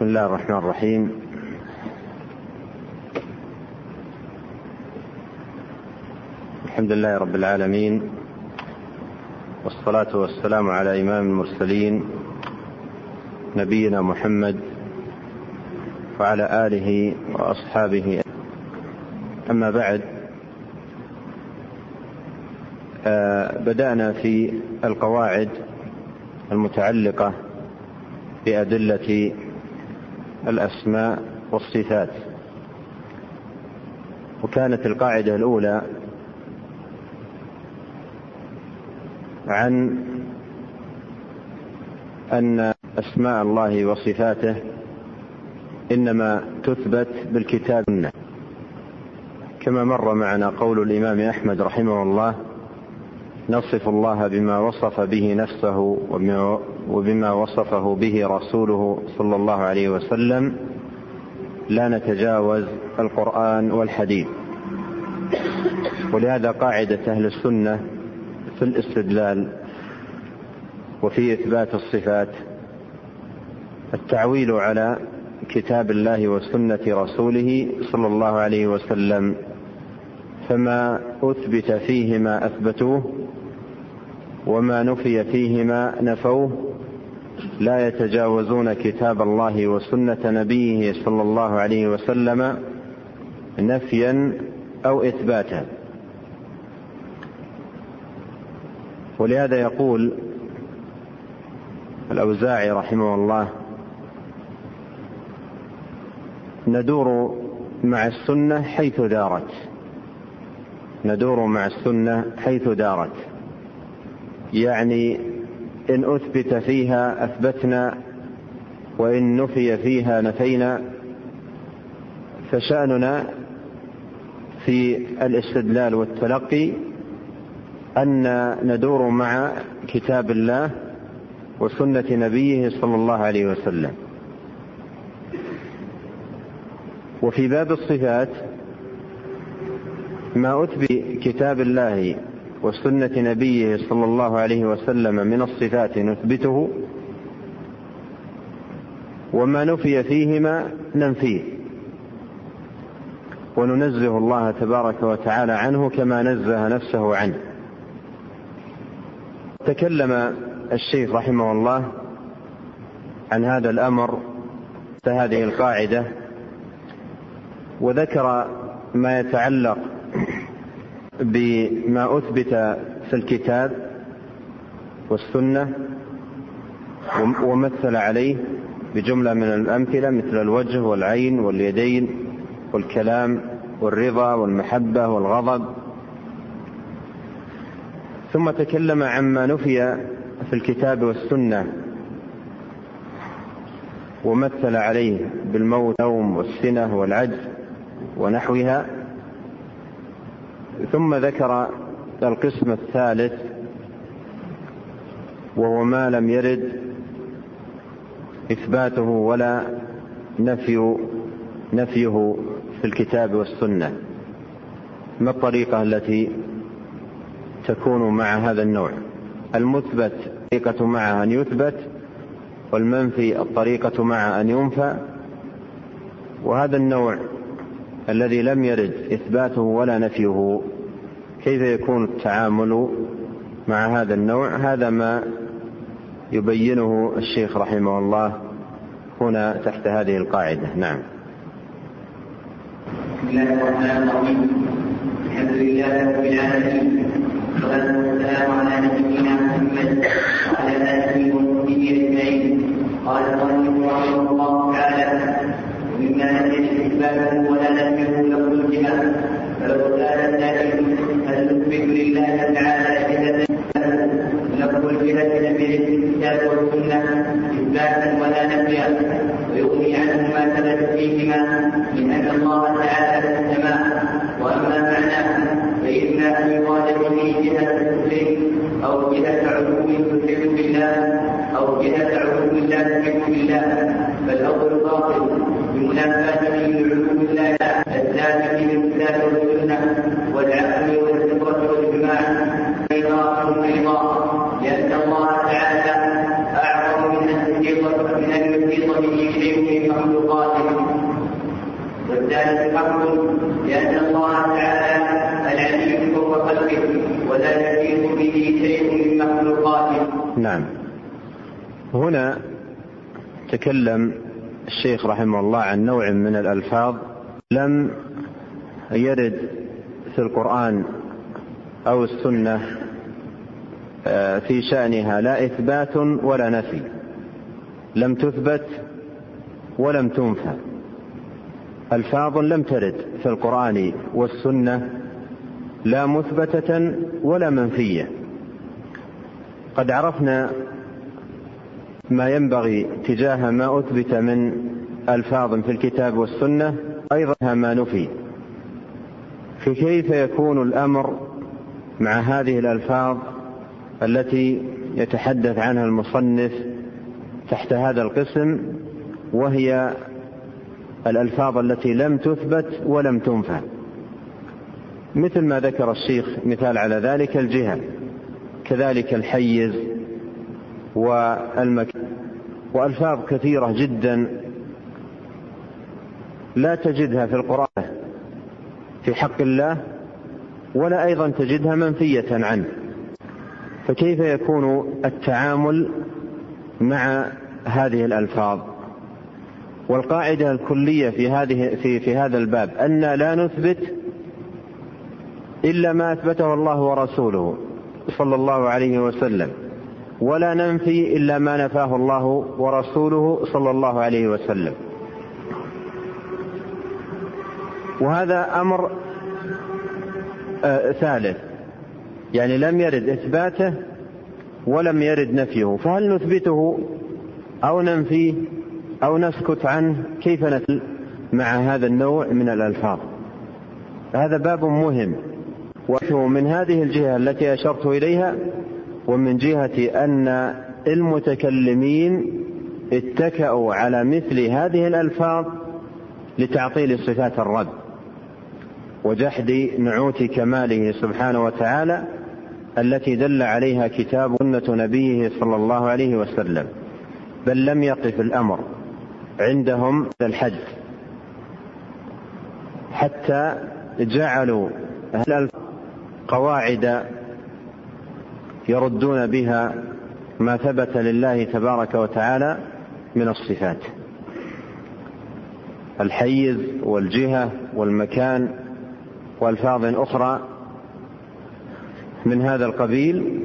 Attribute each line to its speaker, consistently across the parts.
Speaker 1: بسم الله الرحمن الرحيم. الحمد لله رب العالمين، والصلاة والسلام على إمام المرسلين نبينا محمد وعلى آله وأصحابه. أما بعد، بدأنا في القواعد المتعلقة بأدلة الأسماء والصفات، وكانت القاعدة الأولى عن أن أسماء الله وصفاته إنما تثبت بالكتاب والسنة، كما مر معنا قول الإمام أحمد رحمه الله: نصف الله بما وصف به نفسه وبما وصفه به رسوله صلى الله عليه وسلم، لا نتجاوز القرآن والحديث. ولهذا قاعدة أهل السنة في الاستدلال وفي إثبات الصفات التعويل على كتاب الله وسنة رسوله صلى الله عليه وسلم، فما أثبت فيهما أثبتوه، وما نفي فيهما نفوه، لا يتجاوزون كتاب الله وسنة نبيه صلى الله عليه وسلم نفيا أو إثباتا. ولهذا يقول الأوزاعي رحمه الله: ندور مع السنة حيث دارت، ندور مع السنة حيث دارت، يعني إن أثبت فيها أثبتنا، وإن نفي فيها نفينا. فشأننا في الاستدلال والتلقي أن ندور مع كتاب الله وسنة نبيه صلى الله عليه وسلم. وفي باب الصفات ما أثبت كتاب الله وسنة نبيه صلى الله عليه وسلم من الصفات نثبته، وما نفي فيهما ننفيه، وننزه الله تبارك وتعالى عنه كما نزه نفسه عنه. تكلم الشيخ رحمه الله عن هذا الأمر هذه القاعدة، وذكر ما يتعلق بما أثبت في الكتاب والسنة، ومثل عليه بجملة من الأمثلة مثل الوجه والعين واليدين والكلام والرضا والمحبة والغضب. ثم تكلم عما نفي في الكتاب والسنة، ومثل عليه بالموت والنوم والسنة والعجز ونحوها. ثم ذكر القسم الثالث، وهو ما لم يرد إثباته ولا نفيه في الكتاب والسنة. ما الطريقة التي تكون مع هذا النوع؟ المثبت الطريقة مع أن يثبت، والمنفي الطريقة مع أن ينفى. وهذا النوع الذي لم يرد إثباته ولا نفيه، كيف يكون التعامل مع هذا النوع؟ هذا ما يبينه الشيخ رحمه الله هنا تحت هذه القاعدة. نعم.
Speaker 2: بسم الله الرحمن الرحيم. الحمد لله رب العالمين، والصلاة والسلام على نبينا محمد وعلى آله وصحبه أجمعين. قال المؤلف رحمه الله تعالى: ومما لم يجد إثباته ولا نفيه له الجهاد. فلو كان ذلك هل نثبت لله تعالى جهة له الجهة لم يرد في الكتاب والسنة إثباتا ولا نفيا، ويغني عنه ما ثبت فيهما من أن الله تعالى في السماء. وأما معناه فإما أن يراد به جهة الكفر أو جهة علو تشرك بالله أو جهة علو لا تشرك بالله، فالأول باطل بمنافاته لعلو الله الثابت بالكتاب والسنة والعقل والفطرة والإجماع أيضا، لأن الله تعالى أعظم من أن يحيط به شيء من مخلوقاته. والثالث حق لأن الله تعالى العلي فوق خلقه ولا يحيط به شيء من مخلوقاته.
Speaker 1: نعم. هنا تكلم الشيخ رحمه الله عن نوع من الألفاظ لم يرد في القرآن أو السنة في شأنها لا إثبات ولا نفي، لم تثبت ولم تنفى. ألفاظ لم ترد في القرآن والسنة لا مثبتة ولا منفية. قد عرفنا ما ينبغي تجاه ما أثبت من ألفاظ في الكتاب والسنة، أيضا ما نفي. فكيف يكون الأمر مع هذه الألفاظ التي يتحدث عنها المصنف تحت هذا القسم، وهي الألفاظ التي لم تثبت ولم تنفى؟ مثل ما ذكر الشيخ مثال على ذلك الجهة، كذلك الحيز والمكان، وألفاظ كثيرة جدا لا تجدها في القرآن في حق الله ولا أيضا تجدها منفية عنه. فكيف يكون التعامل مع هذه الألفاظ؟ والقاعدة الكلية في هذا الباب أن لا نثبت إلا ما أثبته الله ورسوله صلى الله عليه وسلم، ولا ننفي إلا ما نفاه الله ورسوله صلى الله عليه وسلم. وهذا أمر ثالث، يعني لم يرد إثباته ولم يرد نفيه، فهل نثبته أو ننفيه أو نسكت عنه؟ كيف نتعامل مع هذا النوع من الألفاظ؟ هذا باب مهم. ومن هذه الجهة التي أشرت إليها، ومن جهة أن المتكلمين اتكأوا على مثل هذه الألفاظ لتعطيل صفات الرب وجحد نعوت كماله سبحانه وتعالى التي دل عليها كتاب سنة نبيه صلى الله عليه وسلم. بل لم يقف الأمر عندهم الحد، حتى جعلوا قواعد يردون بها ما ثبت لله تبارك وتعالى من الصفات، الحيز والجهة والمكان وألفاظ أخرى من هذا القبيل،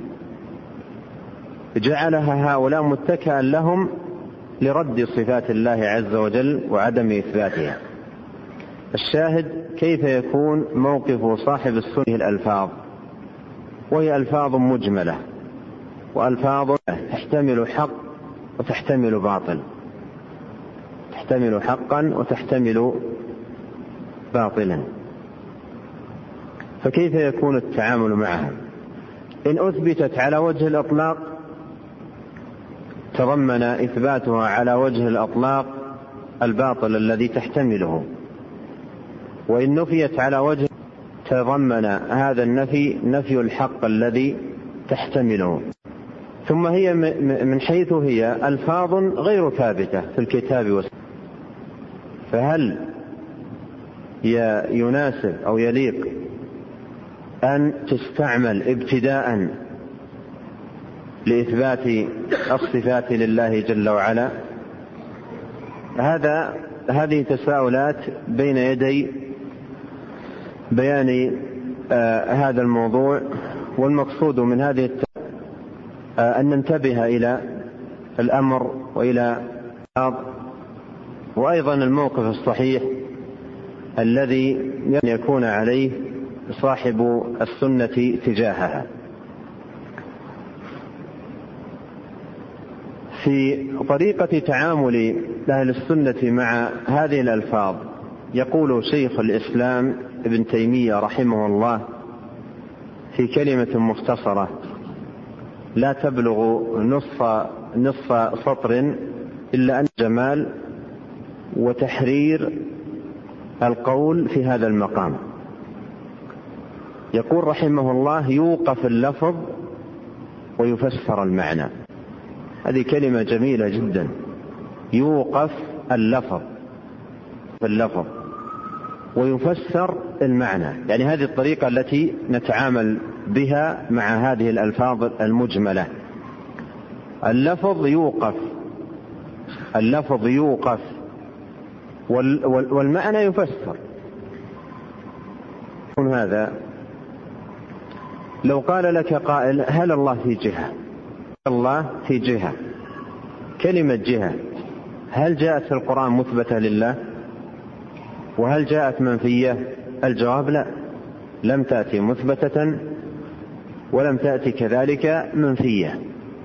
Speaker 1: جعلها هؤلاء متكئا لهم لرد صفات الله عز وجل وعدم إثباتها. الشاهد كيف يكون موقف صاحب السنة الألفاظ، وهي ألفاظ مجملة وألفاظ تحتمل حق وتحتمل باطل، تحتمل حقا وتحتمل باطلا. فكيف يكون التعامل معها؟ إن أثبتت على وجه الإطلاق تضمن إثباتها على وجه الإطلاق الباطل الذي تحتمله، وإن نفيت على وجه تضمن هذا النفي نفي الحق الذي تحتمله. ثم هي من حيث هي ألفاظ غير ثابتة في الكتاب والسنة، فهل يناسب أو يليق أن تستعمل ابتداء لإثبات الصفات لله جل وعلا؟ هذه تساؤلات بين يدي بيان هذا الموضوع. والمقصود من هذه أن ننتبه إلى الأمر وإلى وأيضا الموقف الصحيح الذي يكون عليه صاحب السنة تجاهها. في طريقة تعامل أهل السنة مع هذه الألفاظ يقول شيخ الإسلام ابن تيمية رحمه الله في كلمة مختصرة لا تبلغ نصف سطر إلا أن جمال وتحرير القول في هذا المقام. يقول رحمه الله: يوقف اللفظ ويفسر المعنى. هذه كلمة جميلة جدا، يوقف اللفظ في اللفظ ويفسر المعنى. يعني هذه الطريقة التي نتعامل بها مع هذه الألفاظ المجملة. اللفظ يوقف والمعنى يفسر. هذا لو قال لك قائل هل الله في جهة؟ الله في جهة، كلمة جهة هل جاءت في القرآن مثبتة لله؟ وهل جاءت منفية؟ الجواب لا، لم تأتي مثبتة ولم تأتي كذلك منفية.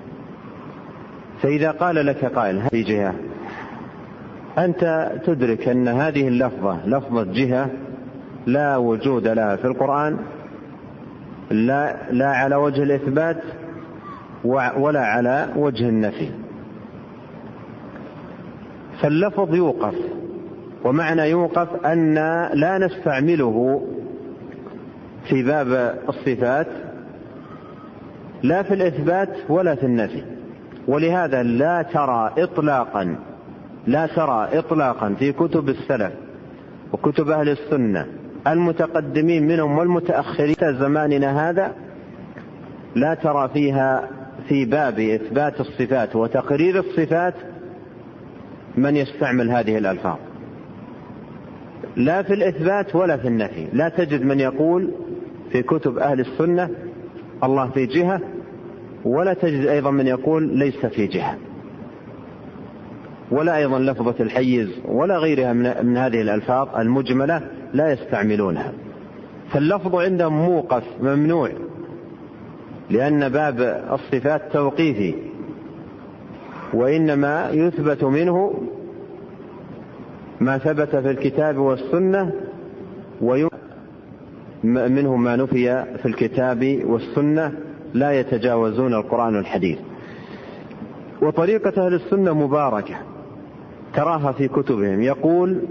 Speaker 1: فإذا قال لك قائل هذه جهة، أنت تدرك أن هذه اللفظة لفظة جهة لا وجود لها في القرآن، لا على وجه الإثبات ولا على وجه النفي. فاللفظ يوقف، ومعنى يوقف أن لا نستعمله في باب الصفات لا في الإثبات ولا في النفي. ولهذا لا ترى إطلاقا في كتب السلف وكتب أهل السنة المتقدمين منهم والمتأخرين زماننا هذا، لا ترى فيها في باب إثبات الصفات وتقرير الصفات من يستعمل هذه الألفاظ، لا في الإثبات ولا في النفي. لا تجد من يقول في كتب أهل السنة الله في جهة، ولا تجد أيضا من يقول ليس في جهة، ولا أيضا لفظة الحيز ولا غيرها من هذه الألفاظ المجملة لا يستعملونها. فاللفظ عندهم موقف ممنوع، لأن باب الصفات توقيفي، وإنما يثبت منه ما ثبت في الكتاب والسنة، ومنه ما نفي في الكتاب والسنة، لا يتجاوزون القرآن والحديث. وطريقة أهل السنة مباركة تراها في كتبهم، يقول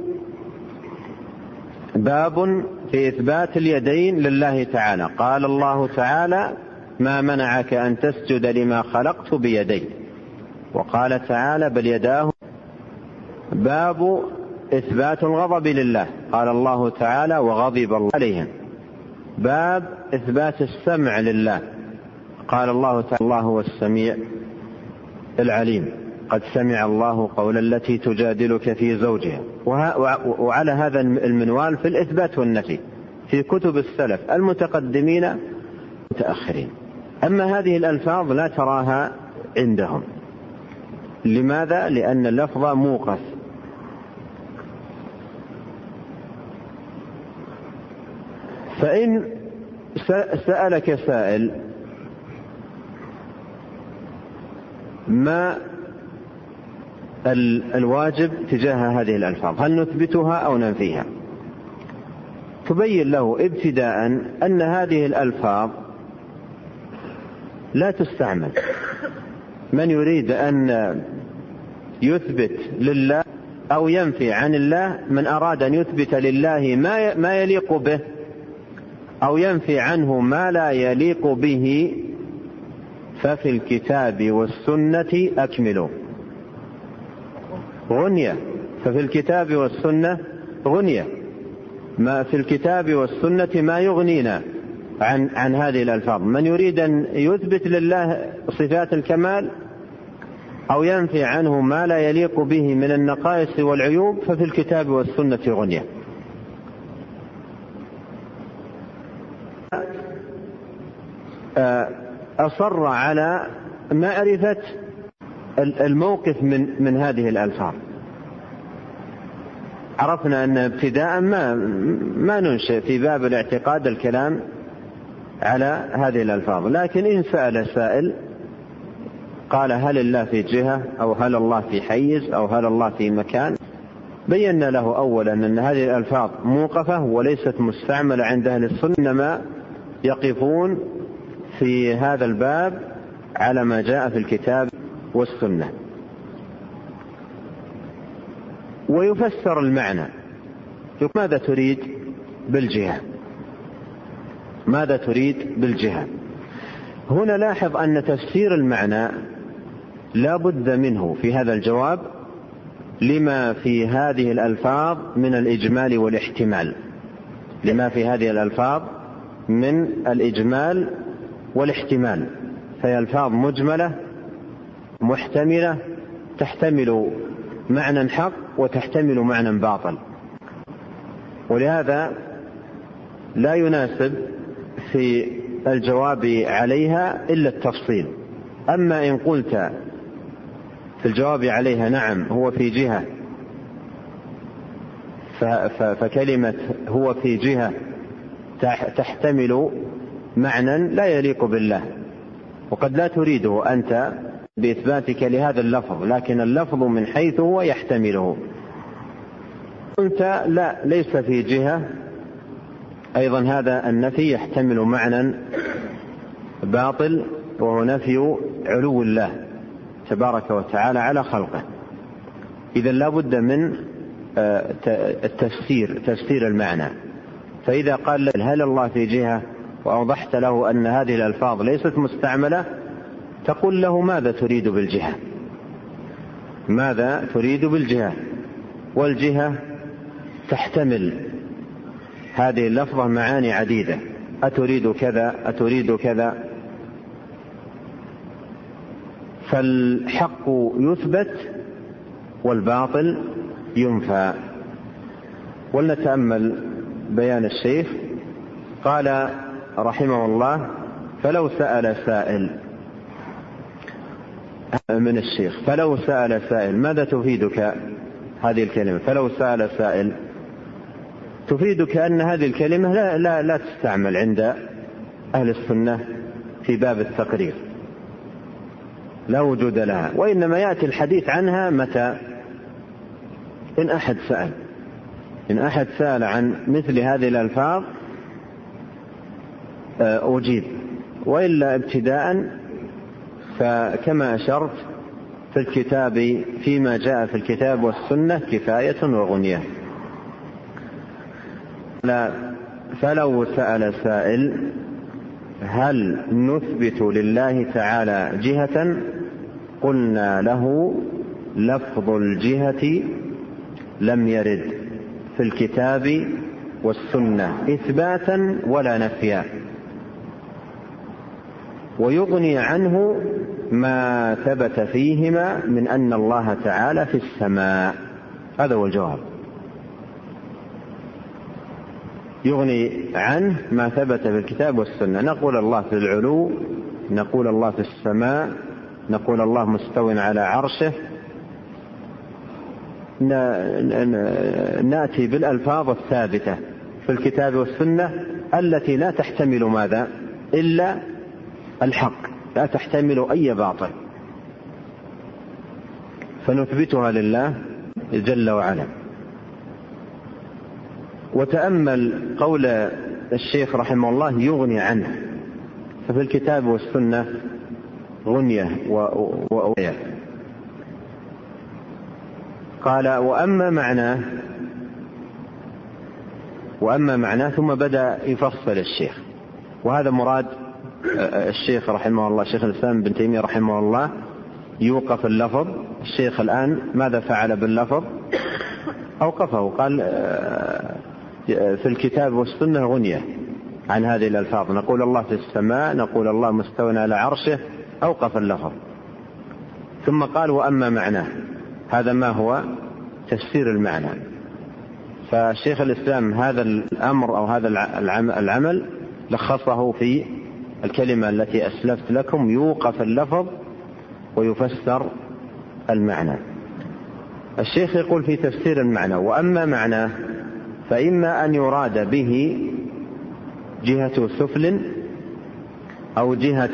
Speaker 1: باب في إثبات اليدين لله تعالى. قال الله تعالى ما منعك أن تسجد لما خلقت بيدي، وقال تعالى بل يداه. باب إثبات الغضب لله، قال الله تعالى وغضب الله عليهم. باب إثبات السمع لله، قال الله تعالى الله هو السميع العليم، قد سمع الله قول التي تجادلك في زوجها. وعلى هذا المنوال في الإثبات والنفي في كتب السلف المتقدمين المتأخرين. أما هذه الألفاظ لا تراها عندهم. لماذا؟ لأن اللفظ موقف. فإن سألك سائل ما الواجب تجاه هذه الألفاظ، هل نثبتها أو ننفيها؟ تبين له ابتداء أن هذه الألفاظ لا تستعمل. من يريد أن يثبت لله أو ينفي عن الله، من أراد أن يثبت لله ما يليق به أو ينفي عنه ما لا يليق به، ففي الكتاب والسنة أكملوا. غنية، ففي الكتاب والسنة غنية، ما في الكتاب والسنة ما يغنينا عن هذه الألفاظ. من يريد أن يثبت لله صفات الكمال أو ينفي عنه ما لا يليق به من النقائص والعيوب، ففي الكتاب والسنة غنية. أصر على معرفة الموقف من هذه الألفاظ. عرفنا أن ابتداء ما ننشئ في باب الاعتقاد الكلام على هذه الألفاظ، لكن إن سأل سائل قال هل الله في جهة أو هل الله في حيز أو هل الله في مكان، بينا له أولا أن هذه الألفاظ موقفة وليست مستعملة عند أهل السنة، إنما يقفون في هذا الباب على ما جاء في الكتاب والسنة. ويفسر المعنى، ماذا تريد بالجهة؟ ماذا تريد بالجهة؟ هنا لاحظ أن تفسير المعنى لا بد منه في هذا الجواب لما في هذه الألفاظ من الإجمال والاحتمال، لما في هذه الألفاظ من الإجمال والاحتمال، فهي ألفاظ مجملة محتملة، تحتمل معنى حق وتحتمل معنى باطل، ولهذا لا يناسب في الجواب عليها إلا التفصيل. أما إن قلت في الجواب عليها نعم هو في جهة، فكلمة هو في جهة تحتمل معنى لا يليق بالله، وقد لا تريده أنت بإثباتك لهذا اللفظ، لكن اللفظ من حيث هو يحتمله. قلت لا ليس في جهة، أيضا هذا النفي يحتمل معنى باطل، وهو نفي علو الله تبارك وتعالى على خلقه. إذن لا بد من تفسير المعنى. فإذا قال هل الله في جهة وأوضحت له أن هذه الألفاظ ليست مستعملة، تقول له ماذا تريد بالجهة، ماذا تريد بالجهة؟ والجهة تحتمل هذه اللفظة معاني عديدة، أتريد كذا أتريد كذا. فالحق يثبت والباطل ينفى. ولنتأمل بيان الشيخ. قال رحمه الله: فلو سأل سائل من الشيخ، فلو سأل سائل، ماذا تفيدك هذه الكلمة؟ فلو سأل سائل تفيدك أن هذه الكلمة لا تستعمل عند أهل السنة في باب التقرير، لا وجود لها، وإنما يأتي الحديث عنها متى؟ إن أحد سأل عن مثل هذه الألفاظ أجيب، وإلا ابتداء فكما أشرت في الكتاب فيما جاء في الكتاب والسنة كفاية وغنية. فلو سأل سائل هل نثبت لله تعالى جهة؟ قلنا له: لفظ الجهة لم يرد في الكتاب والسنة إثباتا ولا نفيا، ويغني عنه ما ثبت فيهما من أن الله تعالى في السماء. هذا هو الجواب. يغني عنه ما ثبت في الكتاب والسنة. نقول الله في العلو، نقول الله في السماء، نقول الله مستو على عرشه، نأتي بالألفاظ الثابتة في الكتاب والسنة التي لا تحتمل ماذا؟ إلا الحق، لا تحتمل أي باطل، فنثبتها لله جل وعلا. وتأمل قول الشيخ رحمه الله: يغني عنه، ففي الكتاب والسنة غنية وأوية. قال: وأما معناه ثم بدأ يفصل الشيخ، وهذا مراد الشيخ رحمه الله، شيخ الإسلام بن تيمية رحمه الله، يوقف اللفظ. الشيخ الآن ماذا فعل باللفظ؟ أوقفه، قال في الكتاب والسنة غنية عن هذه الألفاظ، نقول الله في السماء، نقول الله مستوى على عرشه، أوقف اللفظ. ثم قال: وأما معناه، هذا ما هو تفسير المعنى. فشيخ الإسلام هذا الأمر أو هذا العمل لخصه في الكلمة التي أسلفت لكم: يوقف اللفظ ويفسر المعنى. الشيخ يقول في تفسير المعنى: وأما معناه فإما أن يراد به جهة سفل أو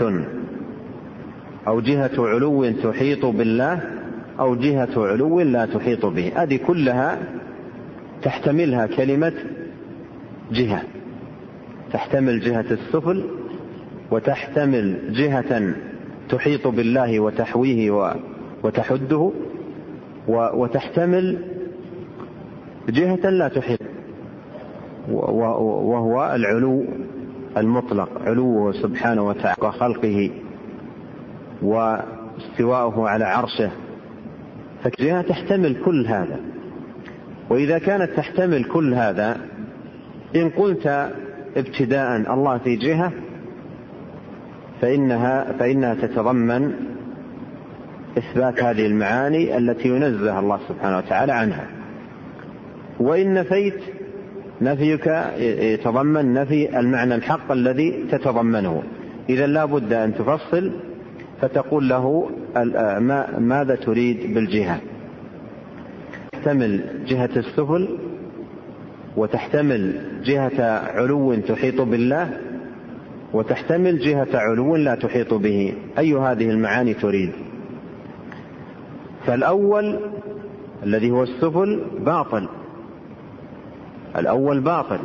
Speaker 1: جهة علو تحيط بالله، أو جهة علو لا تحيط به. هذه كلها تحتملها كلمة جهة، تحتمل جهة السفل، وتحتمل جهة تحيط بالله وتحويه وتحده، وتحتمل جهة لا تحيط، وهو العلو المطلق، علوه سبحانه وتعالى وخلقه واستواءه على عرشه. فالجهة تحتمل كل هذا. وإذا كانت تحتمل كل هذا، إن قلت ابتداء الله في جهة فإنها تتضمن إثبات هذه المعاني التي ينزه الله سبحانه وتعالى عنها. وإن نفيت، نفيك يتضمن نفي المعنى الحق الذي تتضمنه. إذا لا بد أن تفصل فتقول له ماذا تريد بالجهة. تحتمل جهة السفل، وتحتمل جهة علو تحيط بالله، وتحتمل جهة علو لا تحيط به. أي هذه المعاني تريد؟ فالأول الذي هو السفل باطل، الأول باطل.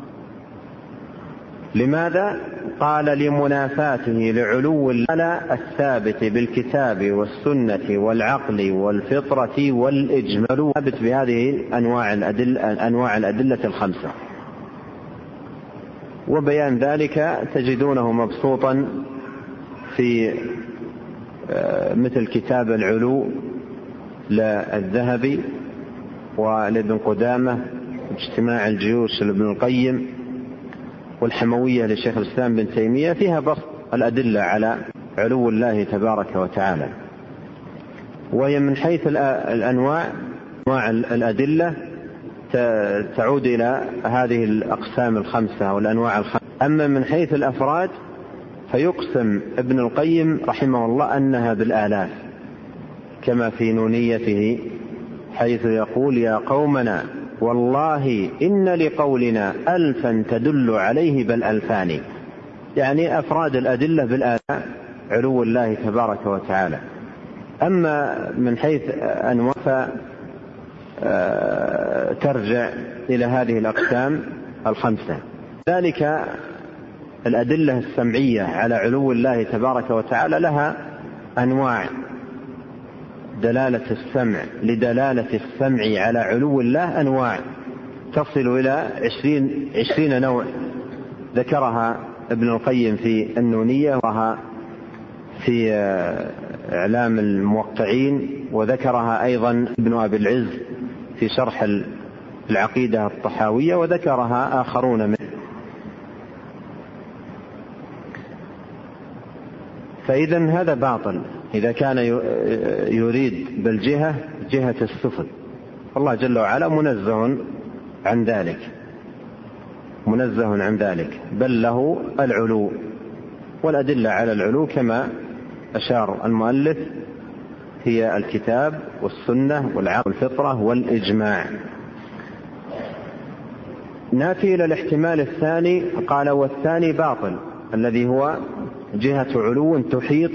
Speaker 1: لماذا؟ قال لمنافاته لعلو الله الثابت بالكتاب والسنة والعقل والفطرة والإجمال، ثابت بهذه أنواع الأدلة الخمسة. وبيان ذلك تجدونه مبسوطا في مثل كتاب العلو للذهبي ولابن قدامة، اجتماع الجيوش لابن القيم، والحموية لشيخ الإسلام بن تيمية، فيها بسط الأدلة على علو الله تبارك وتعالى. وهي من حيث الأنواع الأدلة تعود إلى هذه الأقسام الخمسة أو الأنواع الخمسة. أما من حيث الأفراد فيقسم ابن القيم رحمه الله أنها بالآلاف، كما في نونيته حيث يقول: يا قومنا والله إن لقولنا ألفا تدل عليه بل ألفان. يعني أفراد الأدلة بالآلاف علو الله تبارك وتعالى. أما من حيث أنواع ترجع إلى هذه الأقسام الخمسة. ذلك الأدلة السمعية على علو الله تبارك وتعالى لها أنواع. دلالة السمع لدلالة السمع على علو الله أنواع تصل إلى 20 نوع، ذكرها ابن القيم في النونية، وها في إعلام الموقعين، وذكرها أيضا ابن أبي العز في شرح العقيدة الطحاوية، وذكرها آخرون منه. فإذا هذا باطل إذا كان يريد بالجهة جهة السفل. الله جل وعلا منزه عن ذلك، منزه عن ذلك، بل له العلو. والأدلة على العلو كما أشار المؤلف هي الكتاب والسنة والعقل والفطرة والإجماع. نأتي إلى الاحتمال الثاني. قال: والثاني باطل، الذي هو جهة علو تحيط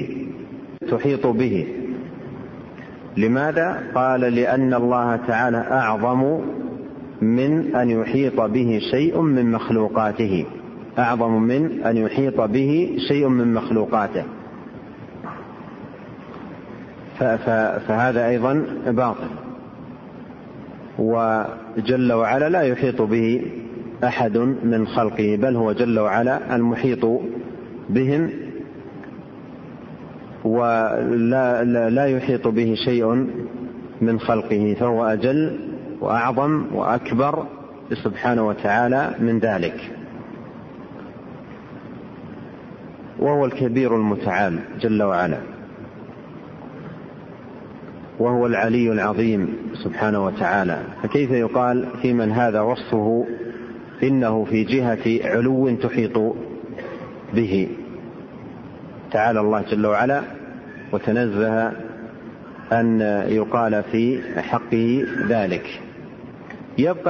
Speaker 1: به. لماذا؟ قال: لأن الله تعالى أعظم من أن يحيط به شيء من مخلوقاته، أعظم من أن يحيط به شيء من مخلوقاته، فهذا أيضا باطل. وجل وعلا لا يحيط به أحد من خلقه، بل هو جل وعلا المحيط بهم، ولا يحيط به شيء من خلقه، فهو أجل وأعظم وأكبر سبحانه وتعالى من ذلك، وهو الكبير المتعال جل وعلا، وهو العلي العظيم سبحانه وتعالى. فكيف يقال في من هذا وصفه إنه في جهة علو تحيط به؟ تعالى الله جل وعلا وتنزه أن يقال في حقه ذلك. يبقى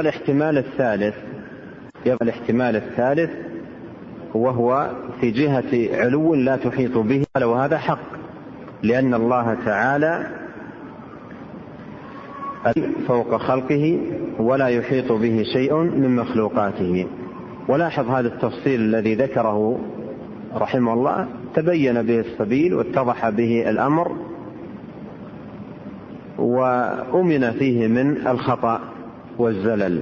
Speaker 1: الاحتمال الثالث وهو في جهة علو لا تحيط به، وهذا حق، لأن الله تعالى فوق خلقه ولا يحيط به شيء من مخلوقاته. ولاحظ هذا التفصيل الذي ذكره رحمه الله، تبين به السبيل واتضح به الأمر، وأمن فيه من الخطأ والزلل.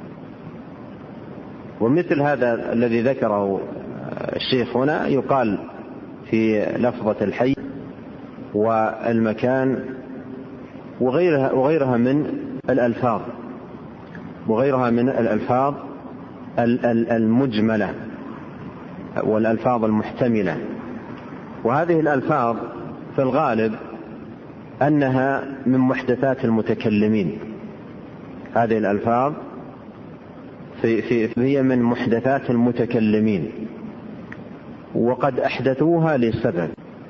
Speaker 1: ومثل هذا الذي ذكره الشيخ هنا يقال في لفظة الحي والمكان وغيرها من الألفاظ المجملة والألفاظ المحتملة. وهذه الألفاظ في الغالب أنها من محدثات المتكلمين. هذه الألفاظ هي من محدثات المتكلمين، وقد أحدثوها لسبب: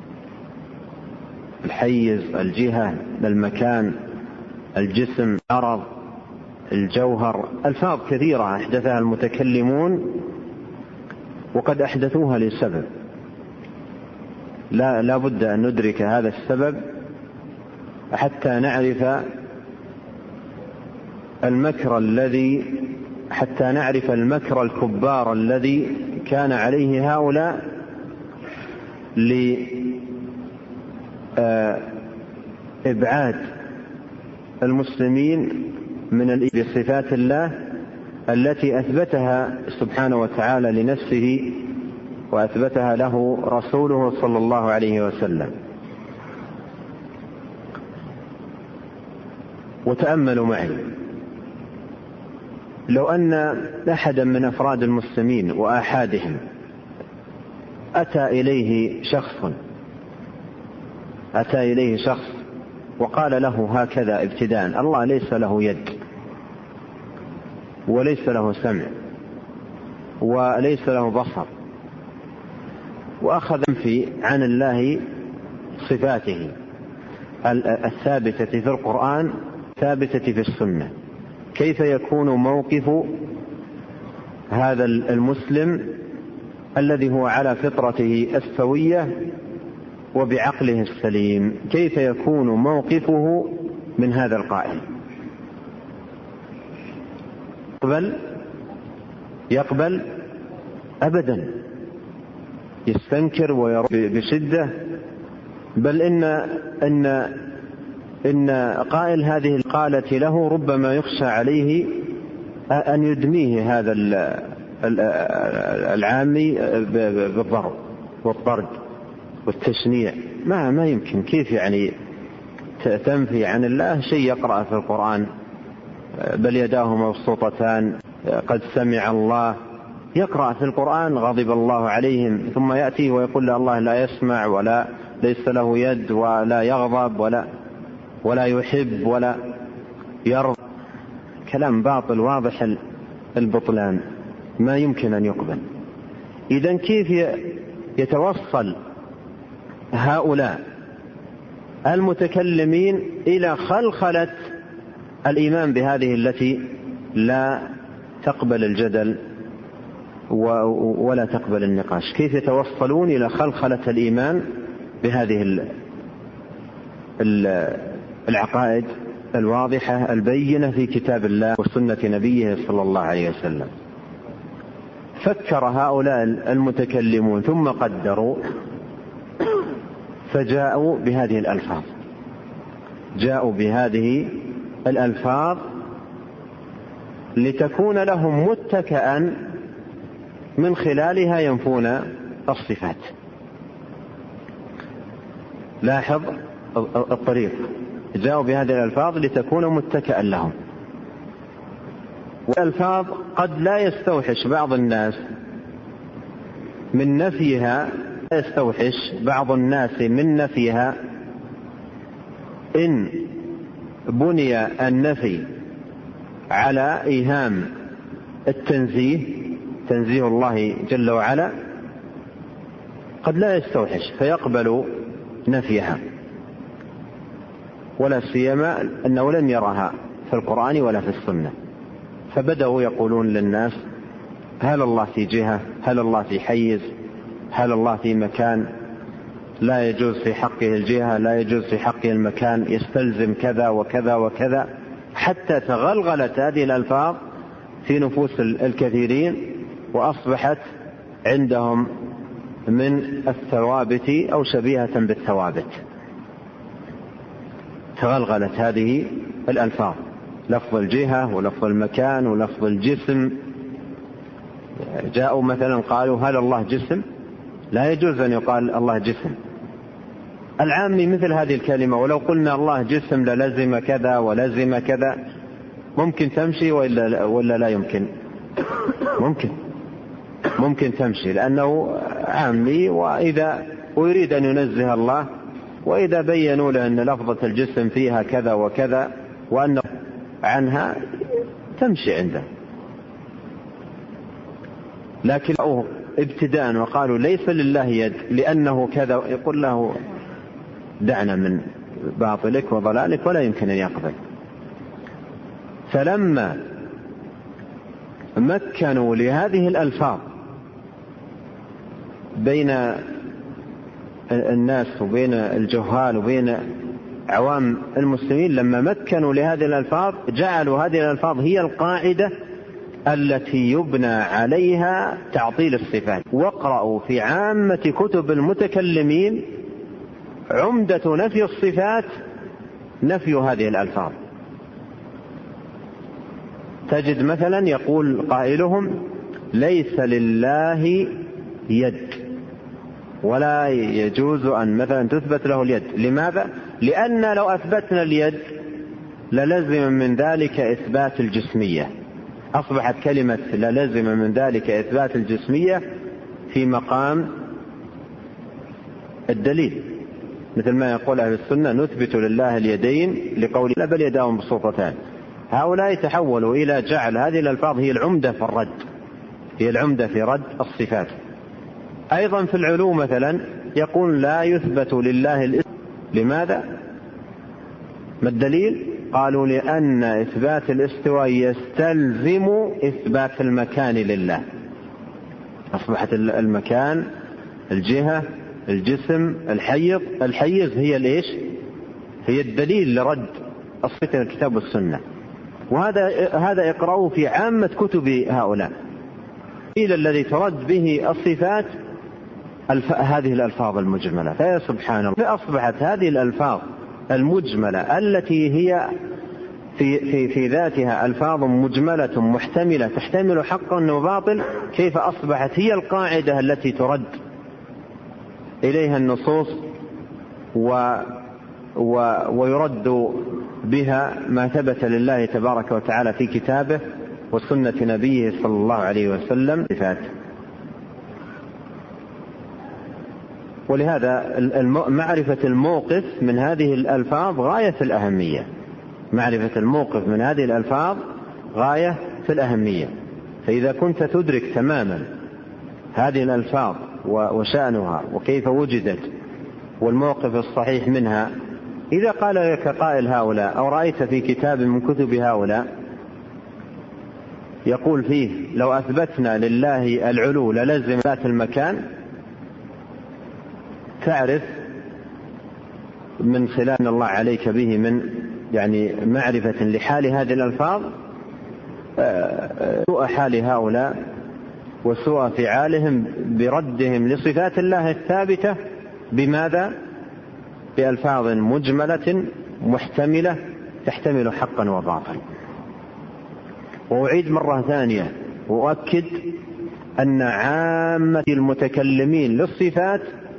Speaker 1: الحيز، الجهة، المكان، الجسم، العرض، الجوهر، ألفاظ كثيرة أحدثها المتكلمون وقد أحدثوها لسبب. لا بد أن ندرك هذا السبب حتى نعرف المكر الكبار الذي كان عليه هؤلاء لإبعاد المسلمين من صفات الله التي أثبتها سبحانه وتعالى لنفسه وأثبتها له رسوله صلى الله عليه وسلم. وتأملوا معي، لو أن أحدا من أفراد المسلمين وآحادهم أتى إليه شخص وقال له هكذا ابتداء: الله ليس له يد وليس له سمع وليس له بصر، وأخذ ينفي عن الله صفاته الثابتة في القرآن ثابتة في السنة، كيف يكون موقف هذا المسلم الذي هو على فطرته السوية وبعقله السليم؟ كيف يكون موقفه من هذا القائل؟ يقبل أبدا، يستنكر ويرد بشدة، بل إن قائل هذه القالة له ربما يخشى عليه أن يدميه هذا العامي بالضرب والطرد والتشنيع. ما يمكن، كيف يعني تنفي عن الله شيء يقرأ في القرآن بل يداه مبسوطتان قد سمع الله، يقرأ في القرآن غضب الله عليهم، ثم يأتي ويقول الله لا يسمع ولا ليس له يد ولا يغضب ولا يحب ولا يرضى. كلام باطل واضح البطلان، ما يمكن أن يقبل. إذن كيف يتوصل هؤلاء المتكلمين إلى خلخلة الإيمان بهذه التي لا تقبل الجدل ولا تقبل النقاش؟ كيف يتوصلون إلى خلخلة الإيمان بهذه العقائد الواضحة البينة في كتاب الله وسنة نبيه صلى الله عليه وسلم؟ فكر هؤلاء المتكلمون ثم قدروا، فجاءوا بهذه الألفاظ، جاءوا بهذه الألفاظ لتكون لهم متكئا من خلالها ينفون الصفات. لاحظ الطريق، جاءوا بهذه الألفاظ لتكون متكئا لهم. والألفاظ قد لا يستوحش بعض الناس من نفيها، يستوحش بعض الناس من نفيها إن بني النفي على إيهام التنزيه، تنزيه الله جل وعلا، قد لا يستوحش فيقبل نفيها، ولا سيما أنه لم يرها في القرآن ولا في السنة. فبدأوا يقولون للناس: هل الله في جهة؟ هل الله في حيز؟ هل الله في مكان؟ لا يجوز في حقه الجهة، لا يجوز في حقه المكان، يستلزم كذا وكذا وكذا، حتى تغلغلت هذه الألفاظ في نفوس الكثيرين وأصبحت عندهم من الثوابت أو شبيهة بالثوابت. تغلغلت هذه الألفاظ، لفظ الجهة ولفظ المكان ولفظ الجسم. جاءوا مثلا قالوا: هل الله جسم؟ لا يجوز أن يقال الله جسم، العامي مثل هذه الكلمة، ولو قلنا الله جسم للزم كذا ولزم كذا، ممكن تمشي ولا لا يمكن؟ ممكن تمشي، لأنه عامي، وإذا ويريد أن ينزه الله، وإذا بينوا له أن لفظة الجسم فيها كذا وكذا وأنه عنها تمشي عنده. لكن ابتداء وقالوا ليس لله يد لأنه كذا، يقول له دعنا من باطلك وضلالك، ولا يمكن أن يقبل. فلما مكنوا لهذه الألفاظ بين الناس وبين الجهال وبين عوام المسلمين، لما مكنوا لهذه الألفاظ جعلوا هذه الألفاظ هي القاعدة التي يبنى عليها تعطيل الصفات. واقرأوا في عامة كتب المتكلمين عمدة نفي الصفات نفي هذه الألفاظ. تجد مثلا يقول قائلهم ليس لله يد، ولا يجوز أن مثلا تثبت له اليد. لماذا؟ لأن لو أثبتنا اليد للزم من ذلك إثبات الجسمية. أصبحت كلمة للزم من ذلك إثبات الجسمية في مقام الدليل، مثل ما يقول أهل السنة نثبت لله اليدين لقول لا بل يداه مبسوطتان. هؤلاء تحولوا إلى جعل هذه الألفاظ هي العمدة في الرد، هي العمدة في رد الصفات. أيضا في العلو مثلا يقول لا يثبت لله الاسم. لماذا؟ ما الدليل؟ قالوا لأن إثبات الاستواء يستلزم إثبات المكان لله. أصبحت المكان، الجهة، الجسم، الحيز هي ليش؟ هي الدليل لرد الصفات الكتاب والسنة. وهذا اقرأوه في عامة كتب هؤلاء. إلى الذي ترد به الصفات هذه الألفاظ المجملة. فيا سبحان الله، أصبحت هذه الألفاظ المجملة التي هي في ذاتها ألفاظ مجملة محتملة تحتمل حقا وباطل، كيف أصبحت هي القاعدة التي ترد إليها النصوص ويرد بها ما ثبت لله تبارك وتعالى في كتابه وسنة نبيه صلى الله عليه وسلم. ولهذا معرفة الموقف من هذه الألفاظ غاية في الأهمية. معرفة الموقف من هذه الألفاظ غاية في الأهمية. فإذا كنت تدرك تماما هذه الألفاظ وشأنها وكيف وجدت والموقف الصحيح منها، إذا قال لك قائل هؤلاء أو رأيت في كتاب من كتب هؤلاء يقول فيه لو أثبتنا لله العلو للزم ذات المكان، تعرف من خلال الله عليك به من يعني معرفة لحال هذه الألفاظ سوء حال هؤلاء وسوء فعالهم بردهم لصفات الله الثابتة. بماذا؟ بألفاظ مجملة محتملة تحتمل حقا وباطلا. وأعيد مرة ثانية وأؤكد أن عامة المتكلمين للصفات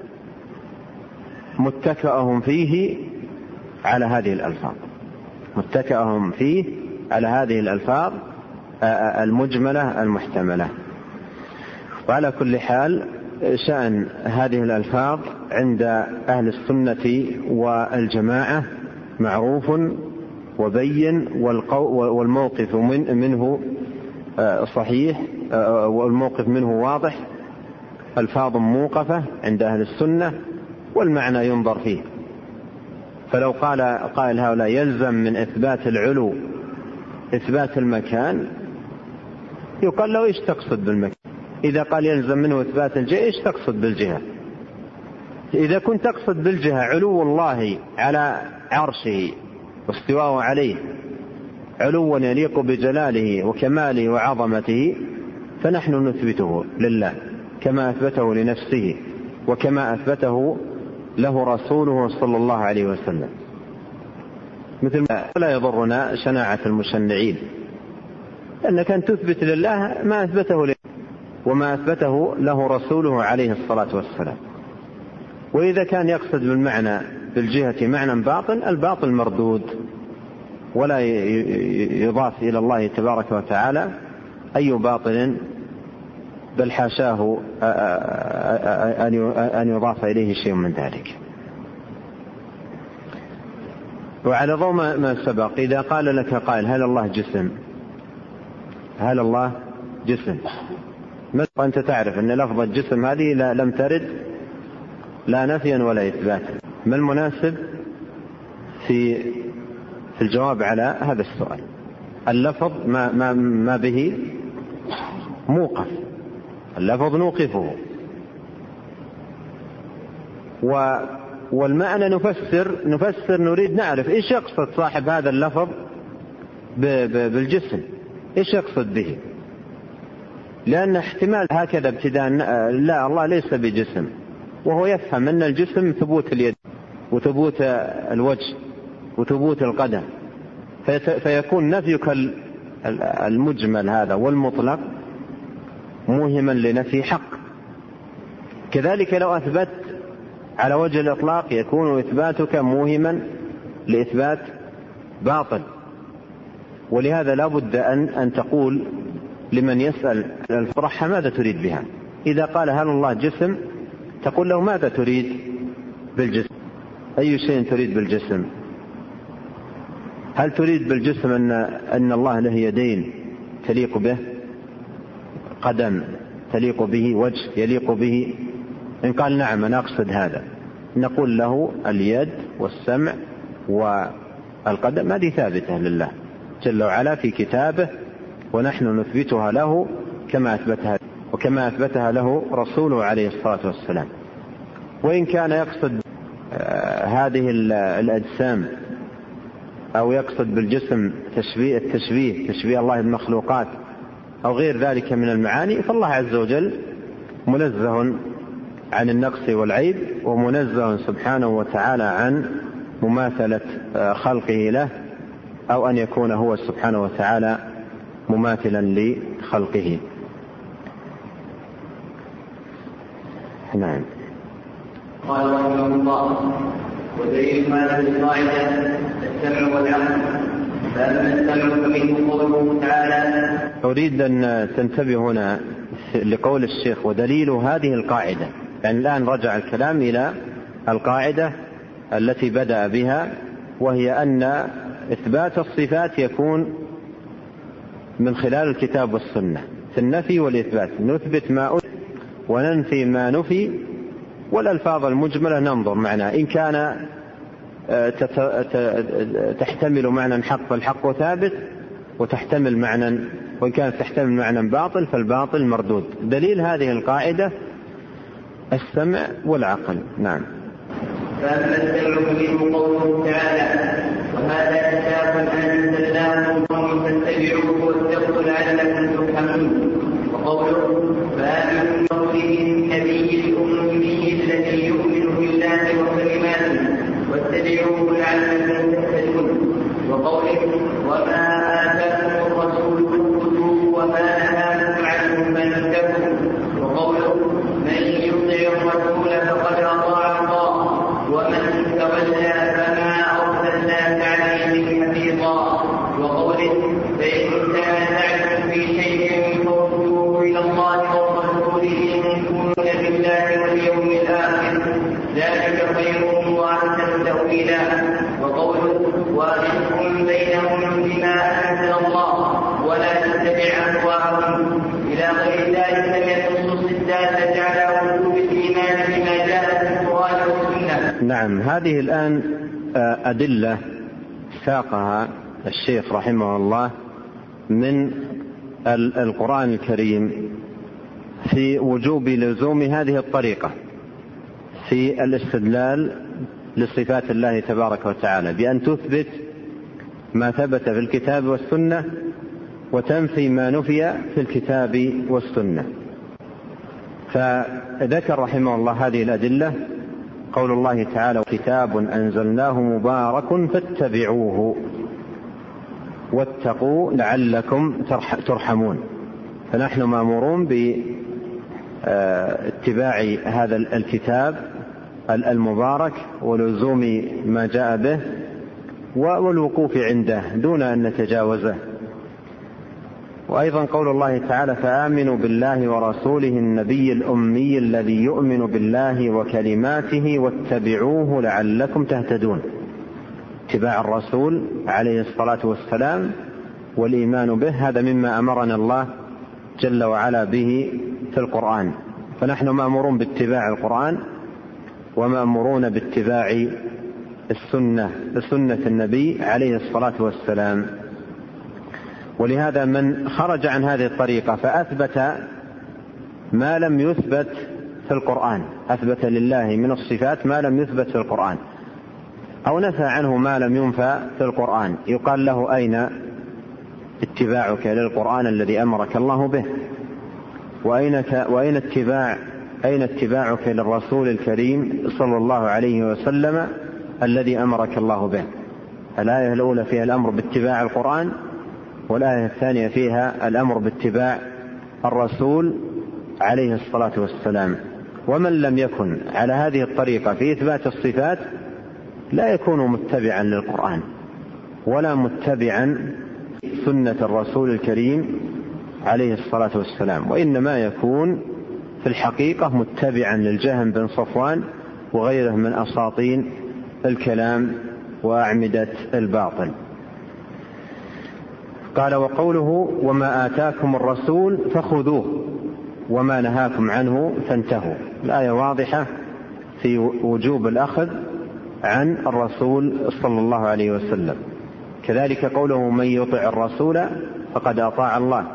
Speaker 1: متكئهم فيه على هذه الألفاظ، متكئهم فيه على هذه الألفاظ المجملة المحتملة. وعلى كل حال شأن هذه الألفاظ عند أهل السنة والجماعة معروف وبين، والموقف منه صحيح والموقف منه واضح. ألفاظ موقفة عند أهل السنة والمعنى ينظر فيه. فلو قال هؤلاء يلزم من إثبات العلو إثبات المكان، يقال له إيش تقصد بالمكان؟ إذا قال يلزم منه إثبات الجهة، إيش تقصد بالجهة؟ إذا كنت تقصد بالجهة علو الله على عرشه واستواءه عليه علوا يليق بجلاله وكماله وعظمته، فنحن نثبته لله كما أثبته لنفسه وكما أثبته له رسوله صلى الله عليه وسلم. مثل ما لا يضرنا شناعة المشنعين، أنك أن تثبت لله ما أثبته وما أثبته له رسوله عليه الصلاة والسلام. وإذا كان يقصد بالمعنى بالجهة معنى باطن، الباطل مردود ولا يضاف إلى الله تبارك وتعالى أي باطل، بل حاشاه أن يضاف إليه شيء من ذلك. وعلى ضوء ما سبق، إذا قال لك قائل هل الله جسم؟ هل الله جسم؟ وأنت تعرف أن لفظ الجسم هذه لم ترد لا نفيا ولا إثبات، ما المناسب في الجواب على هذا السؤال؟ اللفظ ما به موقف، اللفظ نوقفه، والمعنى نفسر نريد نعرف إيش يقصد صاحب هذا اللفظ بالجسم، إيش يقصد به، لأن احتمال هكذا ابتداء لا الله ليس بجسم، وهو يفهم أن الجسم ثبوت اليد وثبوت الوجه وثبوت القدم، فيكون نفيك المجمل هذا والمطلق موهما لنفي حق. كذلك لو أثبت على وجه الإطلاق يكون إثباتك موهما لإثبات باطل. ولهذا لا بد أن تقول لمن يسأل الفرحة ماذا تريد بها. إذا قال هل الله جسم تقول له ماذا تريد بالجسم؟ أي شيء تريد بالجسم؟ هل تريد بالجسم أن الله له يدين تليق به، قدم تليق به، وجه يليق به؟ إن قال نعم أنا أقصد هذا، نقول له اليد والسمع والقدم هذه ثابتة لله جل وعلا في كتابه، ونحن نثبتها له كما أثبتها له رسوله عليه الصلاة والسلام. وإن كان يقصد هذه الأجسام أو يقصد بالجسم تشبيه الله بالمخلوقات أو غير ذلك من المعاني، فالله عز وجل منزه عن النقص والعيب، ومنزه سبحانه وتعالى عن مماثلة خلقه له، أو أن يكون هو سبحانه وتعالى مماثلا لخلقه. نعم.
Speaker 2: قال رحمه الله: ودليل هذه القاعدة السمع والعقل. فأما السمع فمنه قوله تعالى.
Speaker 1: أريد أن تنتبه هنا لقول الشيخ ودليل هذه القاعدة، يعني الآن رجع الكلام إلى القاعدة التي بدأ بها، وهي أن إثبات الصفات يكون من خلال الكتاب والسنة في النفي والإثبات، نثبت ما أثبت وننفي ما نفي، والألفاظ المجملة ننظر معناه، إن كان تحتمل معنى حق فالحق ثابت وتحتمل معنى، وإن كانت تحتمل معنى باطل فالباطل مردود. دليل هذه القاعدة السمع والعقل. نعم.
Speaker 2: فأما السمع فمنه قوله تعالى: وهذا كتاب أنزلناه فاتبعوه واتقوا لعلكم ترحمون. وقوله: فآمنوا بقوله النبي الأمي الذي يؤمن بالله وكلماته واتبعوه لعلكم تهتدون. وقوله: وما آتاكم الرسول فخذوه وما نهاكم عنه فانتهوا. وقوله: من يطع الرسول فقد أطاع الله ومن تولى فما أرسلناك عليهم حفيظا. وقوله: فإن تنازعتم في شيء فردوه إلى الله والرسول إن كنتم بالله واليوم الآخر ذلك خير وأحسن تأويلا. وقوله: وأحكم بينهم بما أنزل الله ولا تتبع أهواءهم إلى غير ذلك من النصوص الدالة على وجوب الإيمان بما جاء في القرآن والسنة.
Speaker 1: نعم. هذه الآن أدلة ساقها الشيخ رحمه الله من القرآن الكريم في وجوب لزوم هذه الطريقة في الاستدلال لصفات الله تبارك وتعالى، بأن تثبت ما ثبت في الكتاب والسنة وتنفي ما نفي في الكتاب والسنة. فذكر رحمه الله هذه الأدلة، قول الله تعالى: كتاب أنزلناه مبارك فاتبعوه واتقوا لعلكم ترحمون. فنحن مأمورون باتباع هذا الكتاب المبارك ولزوم ما جاء به والوقوف عنده دون أن نتجاوزه. وأيضا قول الله تعالى: فآمنوا بالله ورسوله النبي الأمي الذي يؤمن بالله وكلماته واتبعوه لعلكم تهتدون. اتباع الرسول عليه الصلاة والسلام والإيمان به هذا مما أمرنا الله جل وعلا به في القرآن، فنحن مأمورون باتباع القرآن ومأمورون باتباع سنة النبي عليه الصلاة والسلام. ولهذا من خرج عن هذه الطريقة فأثبت ما لم يثبت في القرآن، أثبت لله من الصفات ما لم يثبت في القرآن، أو نفى عنه ما لم ينفى في القرآن، يقال له: أين اتباعك للقرآن الذي أمرك الله به؟ وأين اتباعك للرسول الكريم صلى الله عليه وسلم الذي أمرك الله به؟ الآية الأولى فيها الأمر باتباع القرآن، والآية الثانية فيها الأمر باتباع الرسول عليه الصلاة والسلام. ومن لم يكن على هذه الطريقة في إثبات الصفات لا يكون متبعا للقرآن ولا متبعا سنة الرسول الكريم عليه الصلاة والسلام، وإنما يكون في الحقيقة متبعا للجهم بن صفوان وغيره من أساطين الكلام وأعمدة الباطل. قال: وقوله: وما آتاكم الرسول فخذوه وما نهاكم عنه فانتهوا. الآية واضحة في وجوب الأخذ عن الرسول صلى الله عليه وسلم. كذلك قوله: من يطع الرسول فقد أطاع الله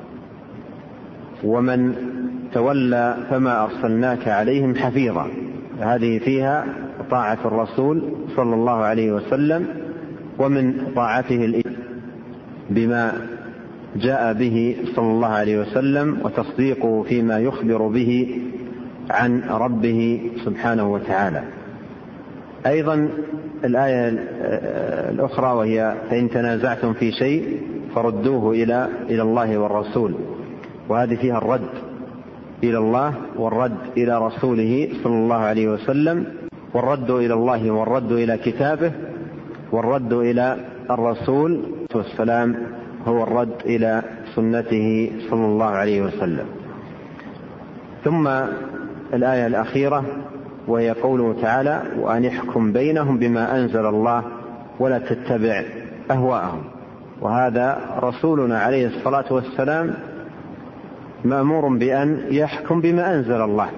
Speaker 1: ومن تولى فما أرسلناك عليهم حفيظا. هذه فيها طاعة الرسول صلى الله عليه وسلم، ومن طاعته بما جاء به صلى الله عليه وسلم وتصديقه فيما يخبر به عن ربه سبحانه وتعالى. أيضا الآية الأخرى وهي: فإن تنازعتم في شيء فردوه إلى الله والرسول. وهذه فيها الرد إلى الله والرد إلى رسوله صلى الله عليه وسلم، والرد إلى الله والرد إلى كتابه، والرد إلى الرسول والسلام هو الرد إلى سنته صلى الله عليه وسلم. ثم الآية الأخيرة وهي قوله تعالى: وأن يحكم بينهم بما أنزل الله ولا تتبع أهواءهم. وهذا رسولنا عليه الصلاة والسلام مأمور بأن يحكم بما أنزل الله،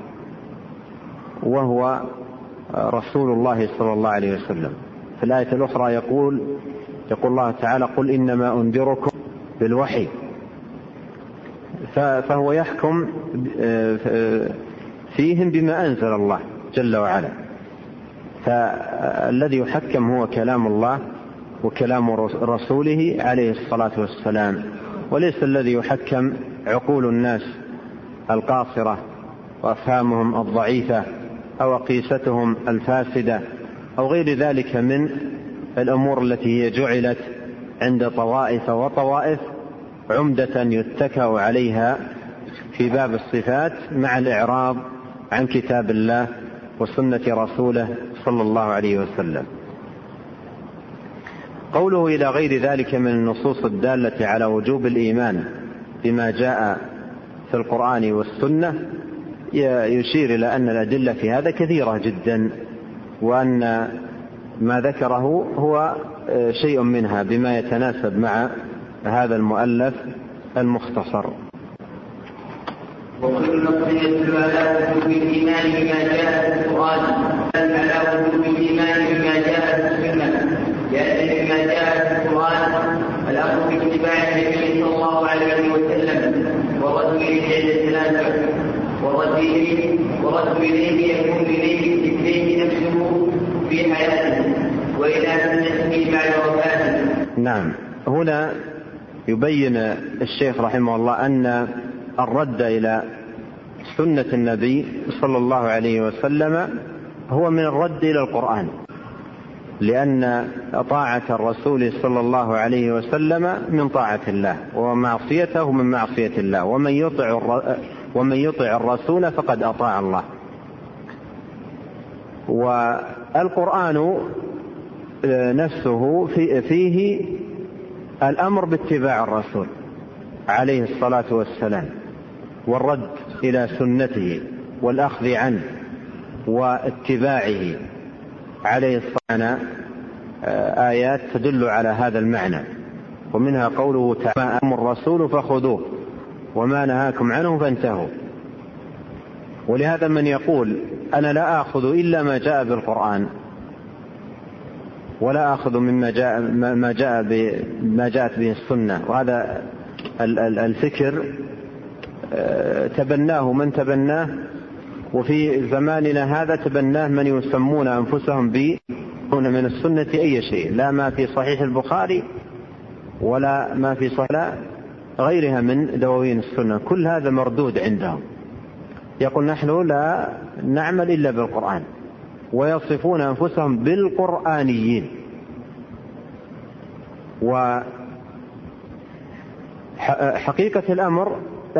Speaker 1: وهو رسول الله صلى الله عليه وسلم. في الآية الأخرى يقول الله تعالى: قل إنما أنذركم بالوحي. فهو يحكم فيهم بما أنزل الله جل وعلا. فالذي يحكم هو كلام الله وكلام رسوله عليه الصلاة والسلام، وليس الذي يحكم عقول الناس القاصرة وأفهامهم الضعيفة أو أقيستهم الفاسدة أو غير ذلك من الأمور التي هي جعلت عند طوائف وطوائف عمدة يتكأ عليها في باب الصفات مع الإعراض عن كتاب الله وسنة رسوله صلى الله عليه وسلم. قوله: إلى غير ذلك من النصوص الدالة على وجوب الإيمان بما جاء في القرآن والسنة، يشير إلى أن الأدلة في هذا كثيرة جدا، وأن ما ذكره هو شيء منها بما يتناسب مع هذا المؤلف المختصر.
Speaker 2: وكل نص يدل على وجوب الإيمان بما جاء في القرآن بل على وجوب الإيمان بما جاء في السنة، لأن بما جاء في القرآن الأمر باتباع النبي صلى الله عليه وسلم والرد إليه الثلاثة، والرد إليه يكون إليه نفسه في حياته وإلى سنته بعد وفاته.
Speaker 1: نعم، هنا يبين الشيخ رحمه الله أن الرد إلى سنة النبي صلى الله عليه وسلم هو من الرد إلى القرآن، لأن طاعة الرسول صلى الله عليه وسلم من طاعة الله ومعصيته من معصية الله، ومن يطع الرسول فقد أطاع الله. والقرآن نفسه فيه الأمر باتباع الرسول عليه الصلاة والسلام والرد إلى سنته والأخذ عنه واتباعه عليه الصلاة والسلام. آيات تدل على هذا المعنى، ومنها قوله تعالى: ما أمر الرسول فخذوه وما نهاكم عنه فانتهوا. ولهذا من يقول: أنا لا آخذ إلا ما جاء بالقرآن ولا آخذ مما جاءت به السنة، وهذا الفكر تبناه من تبناه، وفي زماننا هذا تبناه من يسمون أنفسهم من السنة أي شيء، لا ما في صحيح البخاري ولا ما في صحيح غيرها من دواوين السنة، كل هذا مردود عندهم. يقول: نحن لا نعمل إلا بالقرآن، ويصفون أنفسهم بالقرآنيين. وحقيقة الأمر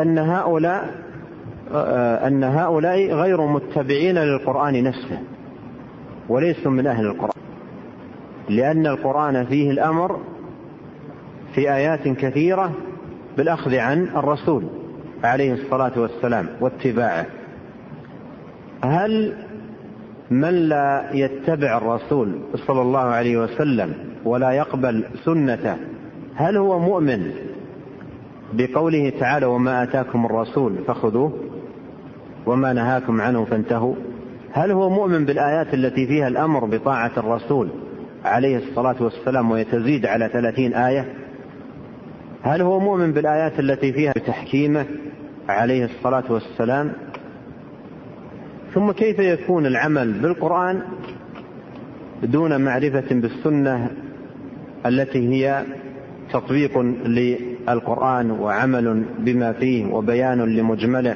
Speaker 1: أن هؤلاء غير متبعين للقرآن نفسه وليسوا من أهل القرآن، لأن القرآن فيه الأمر في آيات كثيرة بالأخذ عن الرسول عليه الصلاة والسلام واتباعه. هل من لا يتبع الرسول صلى الله عليه وسلم ولا يقبل سنته هل هو مؤمن بقوله تعالى: وما آتاكم الرسول فخذوه وما نهاكم عنه فانتهوا؟ هل هو مؤمن بالآيات التي فيها الأمر بطاعة الرسول عليه الصلاة والسلام ويتزيد على 30 آية؟ هل هو مؤمن بالآيات التي فيها بتحكيمه عليه الصلاة والسلام؟ ثم كيف يكون العمل بالقرآن دون معرفة بالسنة التي هي تطبيق للقرآن وعمل بما فيه وبيان لمجمله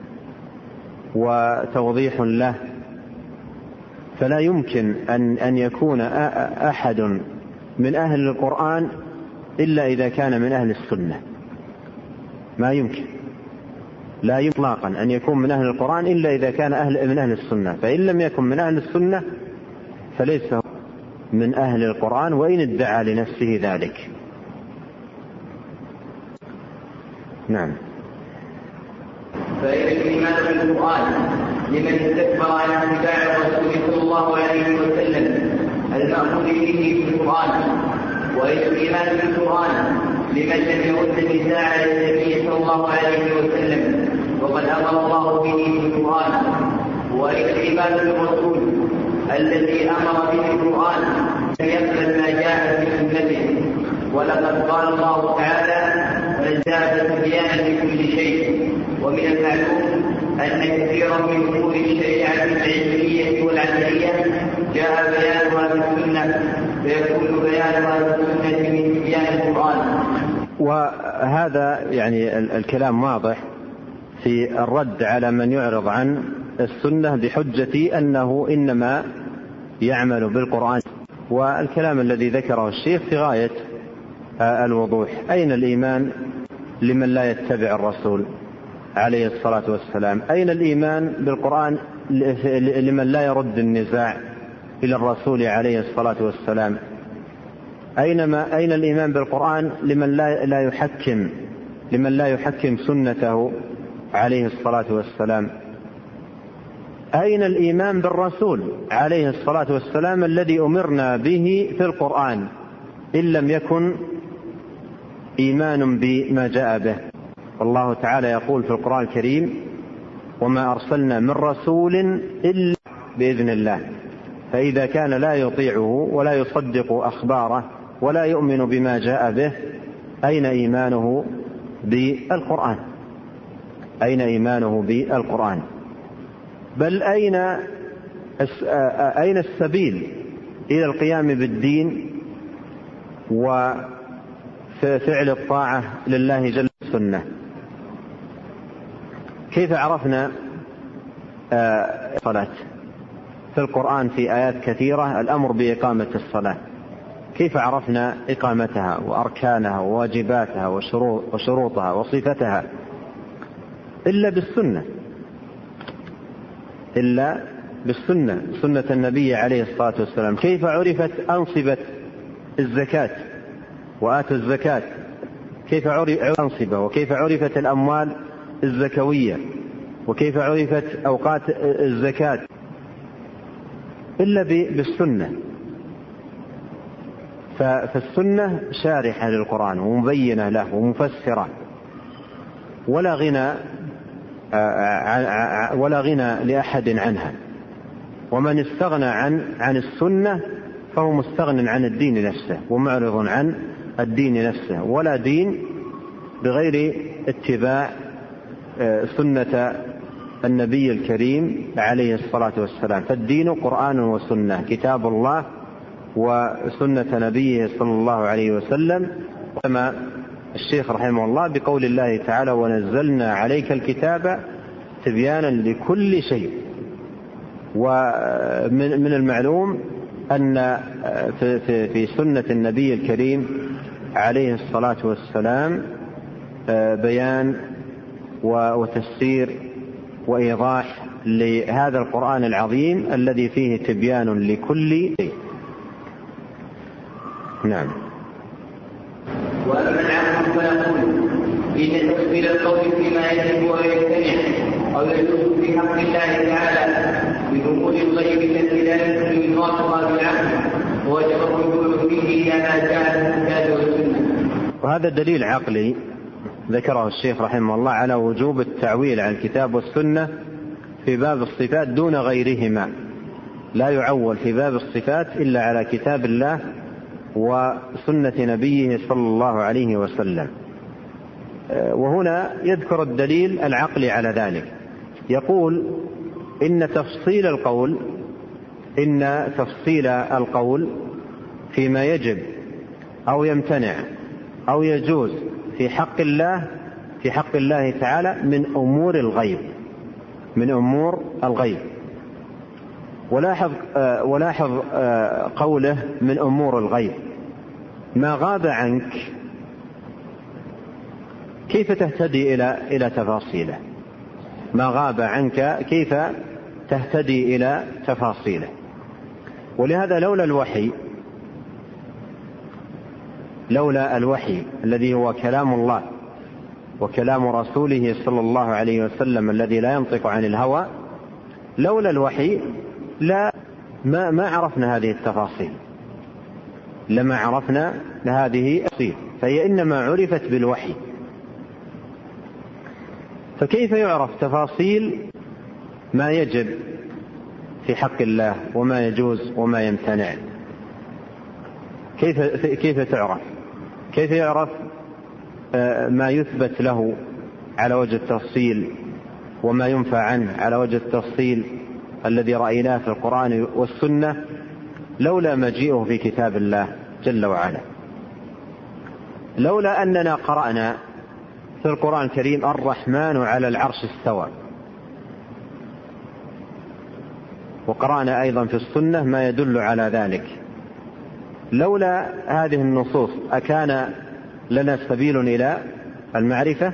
Speaker 1: وتوضيح له؟ فلا يمكن أن يكون أحد من أهل القرآن إلا إذا كان من أهل السنة. ما يمكن، لا يمكن إطلاقا أن يكون من أهل القرآن إلا إذا كان من أهل السنة، فإن لم يكن من أهل السنة فليس من أهل القرآن وإن ادعى لنفسه ذلك. نعم.
Speaker 2: فإن الإيمان بالقرآن لمن استكبر عن اتباع الرسول صلى الله عليه وسلم المأمور به في القرآن، وإن الإيمان بالقرآن لمن لم يرد النزاع على النبي صلى الله عليه وسلم وقد أمر الله به في القرآن، وإن الإيمان بالرسول الذي أمر به القرآن يقبل ما جاء في سنته. ولقد قال الله تعالى: من جاء بتبيانا لكل شيء. ومن المعلوم أن كثيرا من أمور الشريعة العلمية والعملية جاء بيانها في السنة، فيكون بيانها في السنة من تبيان القرآن.
Speaker 1: وهذا يعني الكلام واضح في الرد على من يعرض عن السنة بحجة أنه إنما يعمل بالقرآن. والكلام الذي ذكره الشيخ في غاية الوضوح. أين الإيمان لمن لا يتبع الرسول عليه الصلاة والسلام؟ أين الإيمان بالقرآن لمن لا يرد النزاع إلى الرسول عليه الصلاة والسلام؟ أين الإيمان بالقرآن لمن لا يحكم سنته عليه الصلاة والسلام؟ أين الإيمان بالرسول عليه الصلاة والسلام الذي أمرنا به في القرآن إن لم يكن إيمان بما جاء به؟ والله تعالى يقول في القرآن الكريم: وما أرسلنا من رسول إلا بإذن الله. فإذا كان لا يطيعه ولا يصدق أخباره ولا يؤمن بما جاء به أين إيمانه بالقرآن؟ أين إيمانه بالقرآن؟ بل أين السبيل إلى القيام بالدين وفعل الطاعة لله جل وعلا؟ كيف عرفنا الصلاة في القرآن في آيات كثيرة الأمر بإقامة الصلاة؟ كيف عرفنا إقامتها وأركانها وواجباتها وشروطها وصفتها؟ إلا بالسنة، إلا بالسنة، سنة النبي عليه الصلاة والسلام. كيف عرفت أنصبة الزكاة وآتوا الزكاة، كيف عرفت أنصبة، وكيف عرفت الأموال الزكوية، وكيف عرفت أوقات الزكاة، إلا بالسنة. فالسنة شارحة للقرآن ومبينة له ومفسرة، ولا غنى لأحد عنها. ومن استغنى عن السنة فهو مستغن عن الدين نفسه ومعرض عن الدين نفسه، ولا دين بغير اتباع سنة النبي الكريم عليه الصلاة والسلام. فالدين قرآن وسنة، كتاب الله وسنة نبيه صلى الله عليه وسلم. كما الشيخ رحمه الله بقول الله تعالى: ونزلنا عليك الكتاب تبيانا لكل شيء. ومن المعلوم أن في سنة النبي الكريم عليه الصلاة والسلام بيان وتفسير وإيضاح لهذا القرآن العظيم الذي فيه تبيان لكل شيء. نعم.
Speaker 2: وأما العقل فيقول إن تفصيل القول فيما يجب ويمتنع أو يجوز في حق الله تعالى بأمور الغيب كالكلام يناقض بالعقل، ووجب الرجوع فيه إلى ما جاء في الكتاب والسنة.
Speaker 1: وهذا دليل عقلي ذكره الشيخ رحمه الله على وجوب التعويل عن الكتاب والسنة في باب الصفات دون غيرهما. لا يعول في باب الصفات إلا على كتاب الله وسنة نبيه صلى الله عليه وسلم. وهنا يذكر الدليل العقلي على ذلك، يقول: إن تفصيل القول فيما يجب أو يمتنع أو يجوز في حق الله تعالى من أمور الغيب. ولاحظ قوله من أمور الغيب، ما غاب عنك كيف تهتدي إلى تفاصيله؟ ما غاب عنك كيف تهتدي إلى تفاصيله؟ ولهذا لولا الوحي الذي هو كلام الله وكلام رسوله صلى الله عليه وسلم الذي لا ينطق عن الهوى، لولا الوحي ما عرفنا هذه التفاصيل، لما عرفنا هذه التفاصيل، فهي إنما عرفت بالوحي. فكيف يعرف تفاصيل ما يجب في حق الله وما يجوز وما يمتنع؟ كيف تعرف؟ كيف يعرف ما يثبت له على وجه التفصيل وما ينفى عنه على وجه التفصيل الذي رأيناه في القرآن والسنة لولا مجيئه في كتاب الله جل وعلا؟ لولا أننا قرأنا في القرآن الكريم الرحمن على العرش استوى، وقرأنا أيضا في السنة ما يدل على ذلك، لولا هذه النصوص أكان لنا سبيل إلى المعرفة؟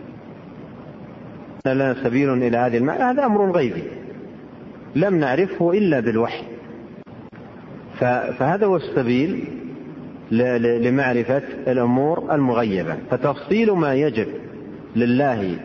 Speaker 1: لنا سبيل إلى هذه المعرفة؟ هذا أمر غيبي لم نعرفه إلا بالوحي. فهذا هو السبيل لمعرفة الأمور المغيبة. فتفصيل ما يجب لله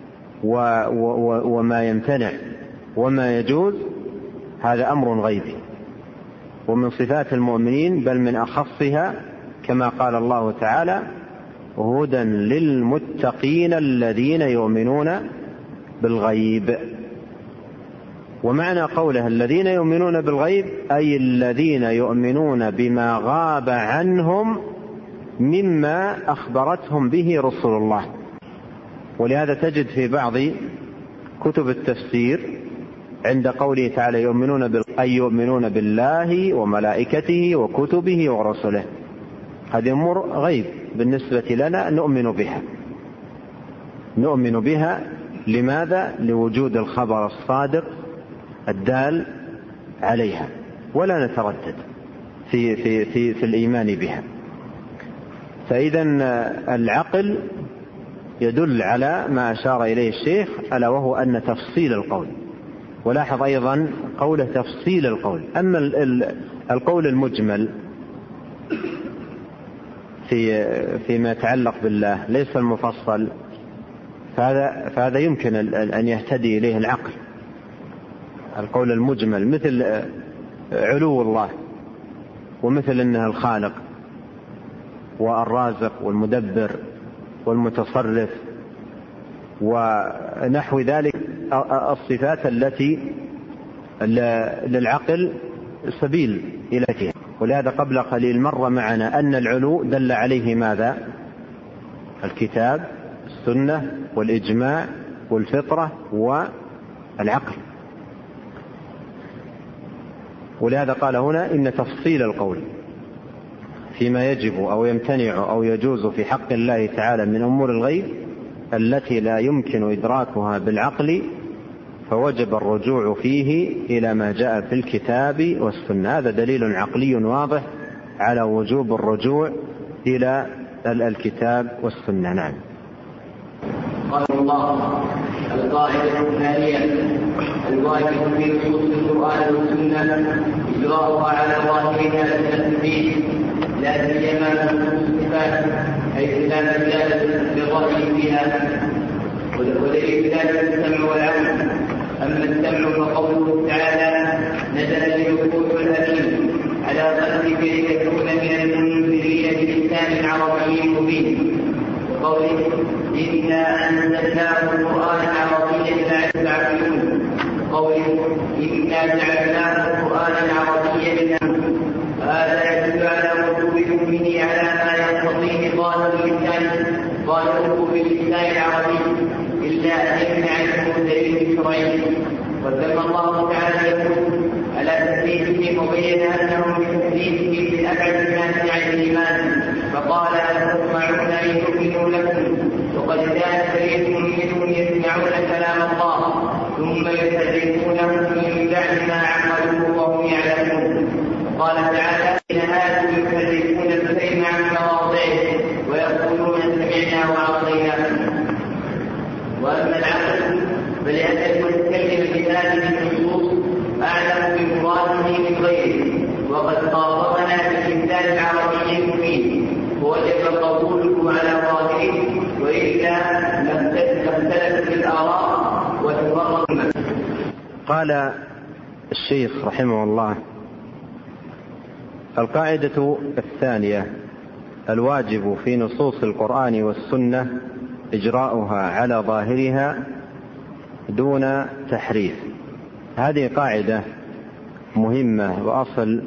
Speaker 1: وما يمتنع وما يجوز هذا أمر غيبي، ومن صفات المؤمنين، بل من أخصها، كما قال الله تعالى: هدى للمتقين الذين يؤمنون بالغيب. ومعنى قوله الذين يؤمنون بالغيب أي الذين يؤمنون بما غاب عنهم مما أخبرتهم به رسل الله. ولهذا تجد في بعض كتب التفسير عند قوله تعالى يؤمنون بالله وملائكته وكتبه ورسله، هذه أمور غيب بالنسبة لنا نؤمن بها. لماذا؟ لوجود الخبر الصادق الدال عليها، ولا نتردد في الإيمان بها. فإذا العقل يدل على ما أشار إليه الشيخ، ألا وهو أن تفصيل القول ولاحظ أيضا قوله تفصيل القول. أما القول المجمل فيما يتعلق بالله ليس المفصل، فهذا يمكن أن يهتدي إليه العقل. القول المجمل مثل علو الله، ومثل أنه الخالق والرازق والمدبر والمتصرف ونحو ذلك، الصفات التي للعقل سبيل إلى فيها. ولهذا قبل قليل مر معنا أن العلو دل عليه ماذا؟ الكتاب، السنة، والإجماع، والفطرة، والعقل. ولهذا قال هنا إن تفصيل القول فيما يجب أو يمتنع أو يجوز في حق الله تعالى من أمور الغيب التي لا يمكن إدراكها بالعقل، فوجب الرجوع فيه إلى ما جاء في الكتاب والسنة. هذا دليل عقلي واضح على وجوب الرجوع إلى الكتاب والسنة. نعم.
Speaker 2: قال الله القاعدة الثانية: الواجب في نصوص القرآن والسنة إجراؤها على ظاهرها التثبيت، لا سيما نصوص الصفات حيث لا مجال للرأي فيها، ولدليل ذلك السمع والعمل. أما السمع فقوله تعالى: نزل بالروح الأمين على قلبك لتكون من المنذرين بلسان عربي مبين. وقوله: إنا أنزلناه قرآنا عربيا لعلكم تعقلون. وقوله: إنا جعلناه قرآنا عربيا. هذا يدل على وجوب حكمه على ما يقتضيه ظاهره باللسان العربي، إلا أن يمنع عنه دليل شرعي. وسمى الله تعالى يقول على تثبيته وبين أنه بتثبيته من أبعد الناس عن الإيمان، فقال: أتطمعون أن يؤمنوا لكم وقد كان فريق منهم يسمعون كلام الله ثم يحرفونه من بعد ما عقلوه وهم يعلمون. قال تعالى: إن هذا يحرفون الكلم عن مواضعه ويقولون سمعنا وعصينا. وأما العقل فلأن المتكلم بهذه النصوص أعلم بمراده من غيره، وقد خاطبنا بالإنسان العربي المبين، ووجب قبوله على ظاهره، وإلا لاختلفت الآراء وتفرق.
Speaker 1: قال الشيخ رحمه الله: القاعدة الثانية: الواجب في نصوص القرآن والسنة إجراؤها على ظاهرها دون تحريف. هذه قاعدة مهمة وأصل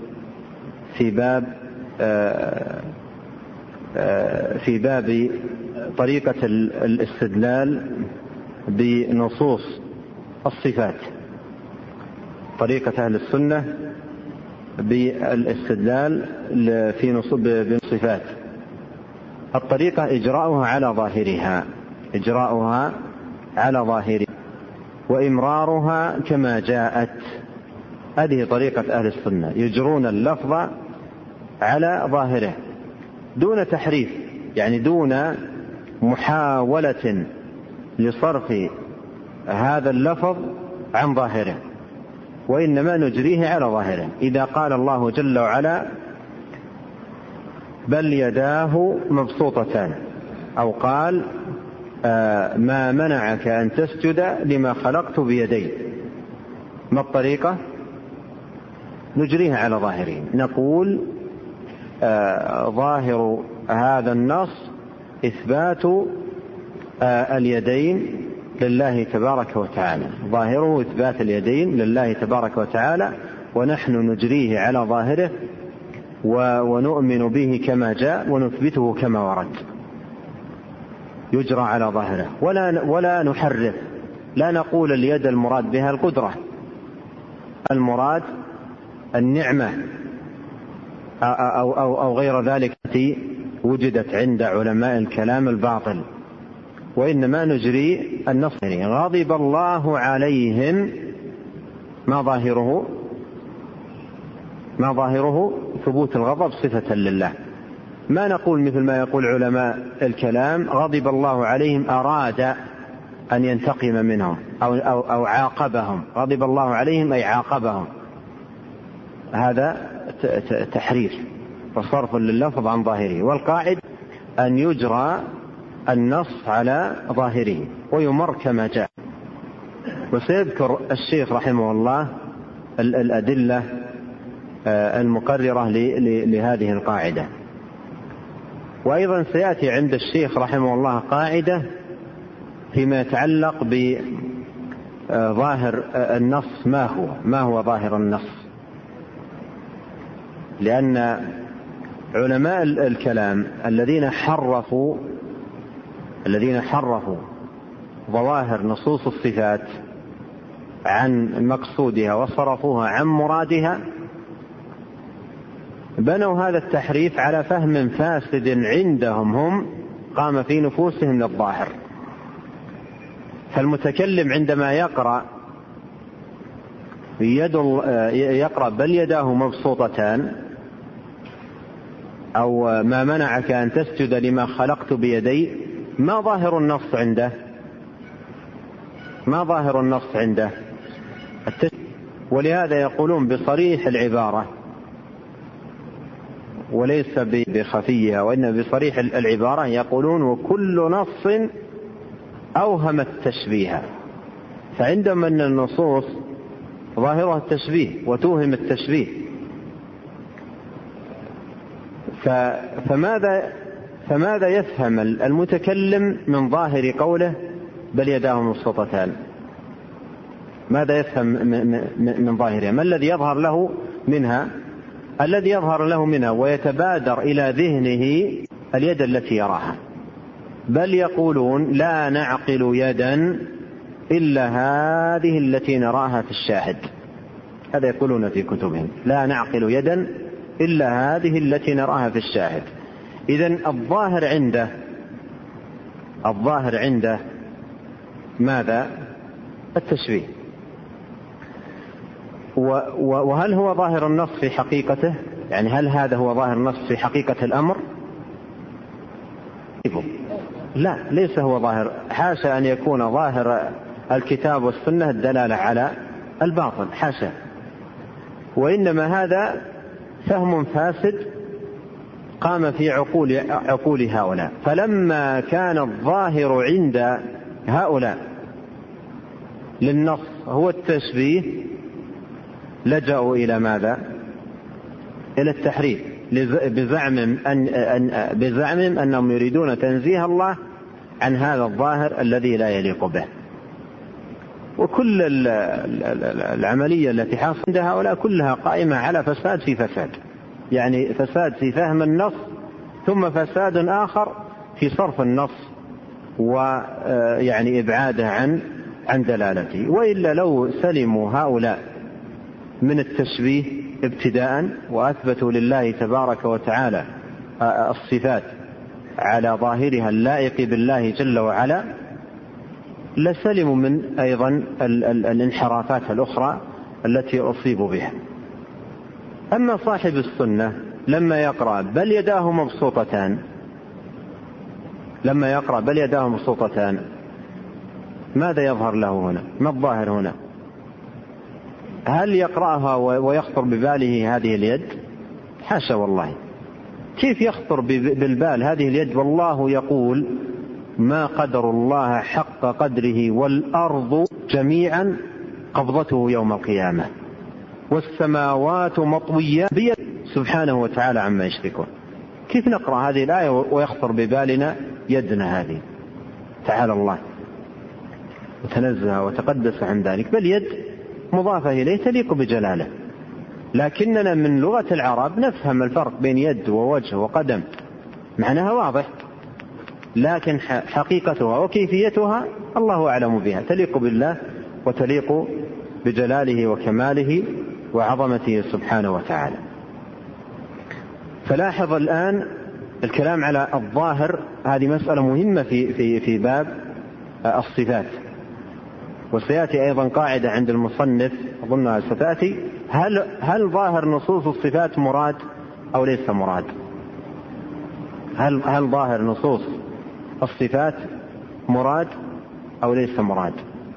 Speaker 1: في باب طريقة الاستدلال بنصوص الصفات. طريقة أهل السنة بالاستدلال بالصفات، الطريقة إجراؤها على ظاهرها وإمرارها كما جاءت. هذه طريقة أهل السنة، يجرون اللفظ على ظاهره دون تحريف، يعني دون محاولة لصرف هذا اللفظ عن ظاهره، وإنما نجريه على ظاهره. إذا قال الله جل وعلا: بل يداه مبسوطتان، أو قال: ما منعك أن تسجد لما خلقت بيدي، ما الطريقة؟ نجريها على ظاهره، نقول ظاهر هذا النص إثبات اليدين لله تبارك وتعالى، ظاهره إثبات اليدين لله تبارك وتعالى، ونحن نجريه على ظاهره ونؤمن به كما جاء ونثبته كما ورد. يجرى على ظاهره ولا نحرف، لا نقول اليد المراد بها القدرة، المراد النعمة أو غير ذلك التي وجدت عند علماء الكلام الباطل، وإنما نجري النص. غضب الله عليهم، ما ظاهره ثبوت الغضب صفة لله. ما نقول مثل ما يقول علماء الكلام: غضب الله عليهم أن ينتقم منهم أو عاقبهم، غضب الله عليهم أي عاقبهم، هذا تحريف وصرف لللفظ عن ظاهره. والقاعد أن يجرى النص على ظاهره ويمر كما جاء. وسيذكر الشيخ رحمه الله الأدلة المقررة لهذه القاعدة. وأيضا سيأتي عند الشيخ رحمه الله قاعدة فيما يتعلق بظاهر النص، ما هو ظاهر النص، لأن علماء الكلام الذين حرفوا ظواهر نصوص الصفات عن مقصودها وصرفوها عن مرادها بنوا هذا التحريف على فهم فاسد عندهم هم قام في نفوسهم للظاهر. فالمتكلم عندما يقرأ بل يداه مبسوطتان أو ما منعك أن تسجد لما خلقت بيدي، ما ظاهر النص عنده؟ ولهذا يقولون بصريح العبارة وليس بخفيها، وإن بصريح العبارة يقولون وكل نص أوهم التشبيه. فعندما أن النصوص ظاهرها التشبيه وتوهم التشبيه، فماذا يفهم المتكلم من ظاهر قوله بل يداه مبسوطتان؟ ماذا يفهم من ظاهرها؟ ما الذي يظهر له منها؟ الذي يظهر له منها ويتبادر إلى ذهنه اليد التي يراها. بل يقولون لا نعقل يدا إلا هذه التي نراها في الشاهد، هذا يقولون في كتبهم، لا نعقل يدا إلا هذه التي نراها في الشاهد. إذن الظاهر عنده ماذا؟ التشبيه. وهل هو ظاهر النص في حقيقته؟ يعني هل هذا هو ظاهر النص في حقيقة الأمر؟ لا، ليس هو ظاهر. حاشا أن يكون ظاهر الكتاب والسنة الدلالة على الباطل، حاشا. وإنما هذا فهم فاسد قام في عقول هؤلاء. فلما كان الظاهر عند هؤلاء للنص هو التشبيه لجأوا إلى ماذا؟ إلى التحريف، بزعم أنهم يريدون تنزيه الله عن هذا الظاهر الذي لا يليق به. وكل العملية التي حاصلة عند هؤلاء كلها قائمة على فساد في فساد، يعني فساد في فهم النص ثم فساد آخر في صرف النص ويعني إبعاده عن دلالته. وإلا لو سلموا هؤلاء من التشبيه ابتداء وأثبتوا لله تبارك وتعالى الصفات على ظاهرها اللائق بالله جل وعلا لسلموا من أيضا الانحرافات الأخرى التي أصيبوا بها. أما صاحب السنة لما يقرأ بل يداه مبسوطتان ماذا يظهر له هنا؟ ما الظاهر هنا؟ هل يقرأها ويخطر بباله هذه اليد؟ حاشا والله. كيف يخطر بالبال هذه اليد؟ والله يقول ما قدر الله حق قدره والأرض جميعا قبضته يوم القيامة والسماوات مطويات بيد سبحانه وتعالى عما يشركون. كيف نقرأ هذه الآية ويخطر ببالنا يدنا هذه؟ تعالى الله وتنزه وتقدس عن ذلك، بل يد مضافة إليه تليق بجلاله. لكننا من لغة العرب نفهم الفرق بين يد ووجه وقدم، معناها واضح، لكن حقيقتها وكيفيتها الله أعلم بها، تليق بالله وتليق بجلاله وكماله وعظمته سبحانه وتعالى. فلاحظ الآن الكلام على الظاهر، هذه مسألة مهمة في باب الصفات. وسيأتي أيضا قاعدة عند المصنف أظنها ستأتي، هل ظاهر نصوص الصفات مراد أو ليس مراد؟ هل ظاهر نصوص الصفات مراد أو ليس مراد.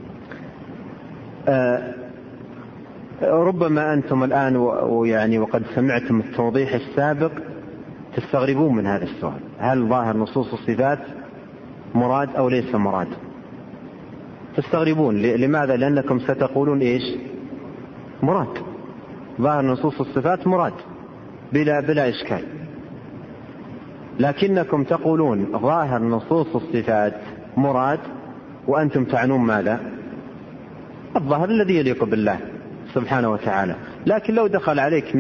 Speaker 1: ربما أنتم الآن ويعني وقد سمعتم التوضيح السابق تستغربون من هذا السؤال، هل ظاهر نصوص الصفات مراد أو ليس مراد؟ تستغربون. لماذا؟ لأنكم ستقولون إيش؟ مراد، ظاهر نصوص الصفات مراد بلا إشكال، لكنكم تقولون ظاهر نصوص الصفات مراد وأنتم تعنون ماذا؟ الظاهر الذي يليق بالله سبحانه وتعالى. لكن لو دخل عليك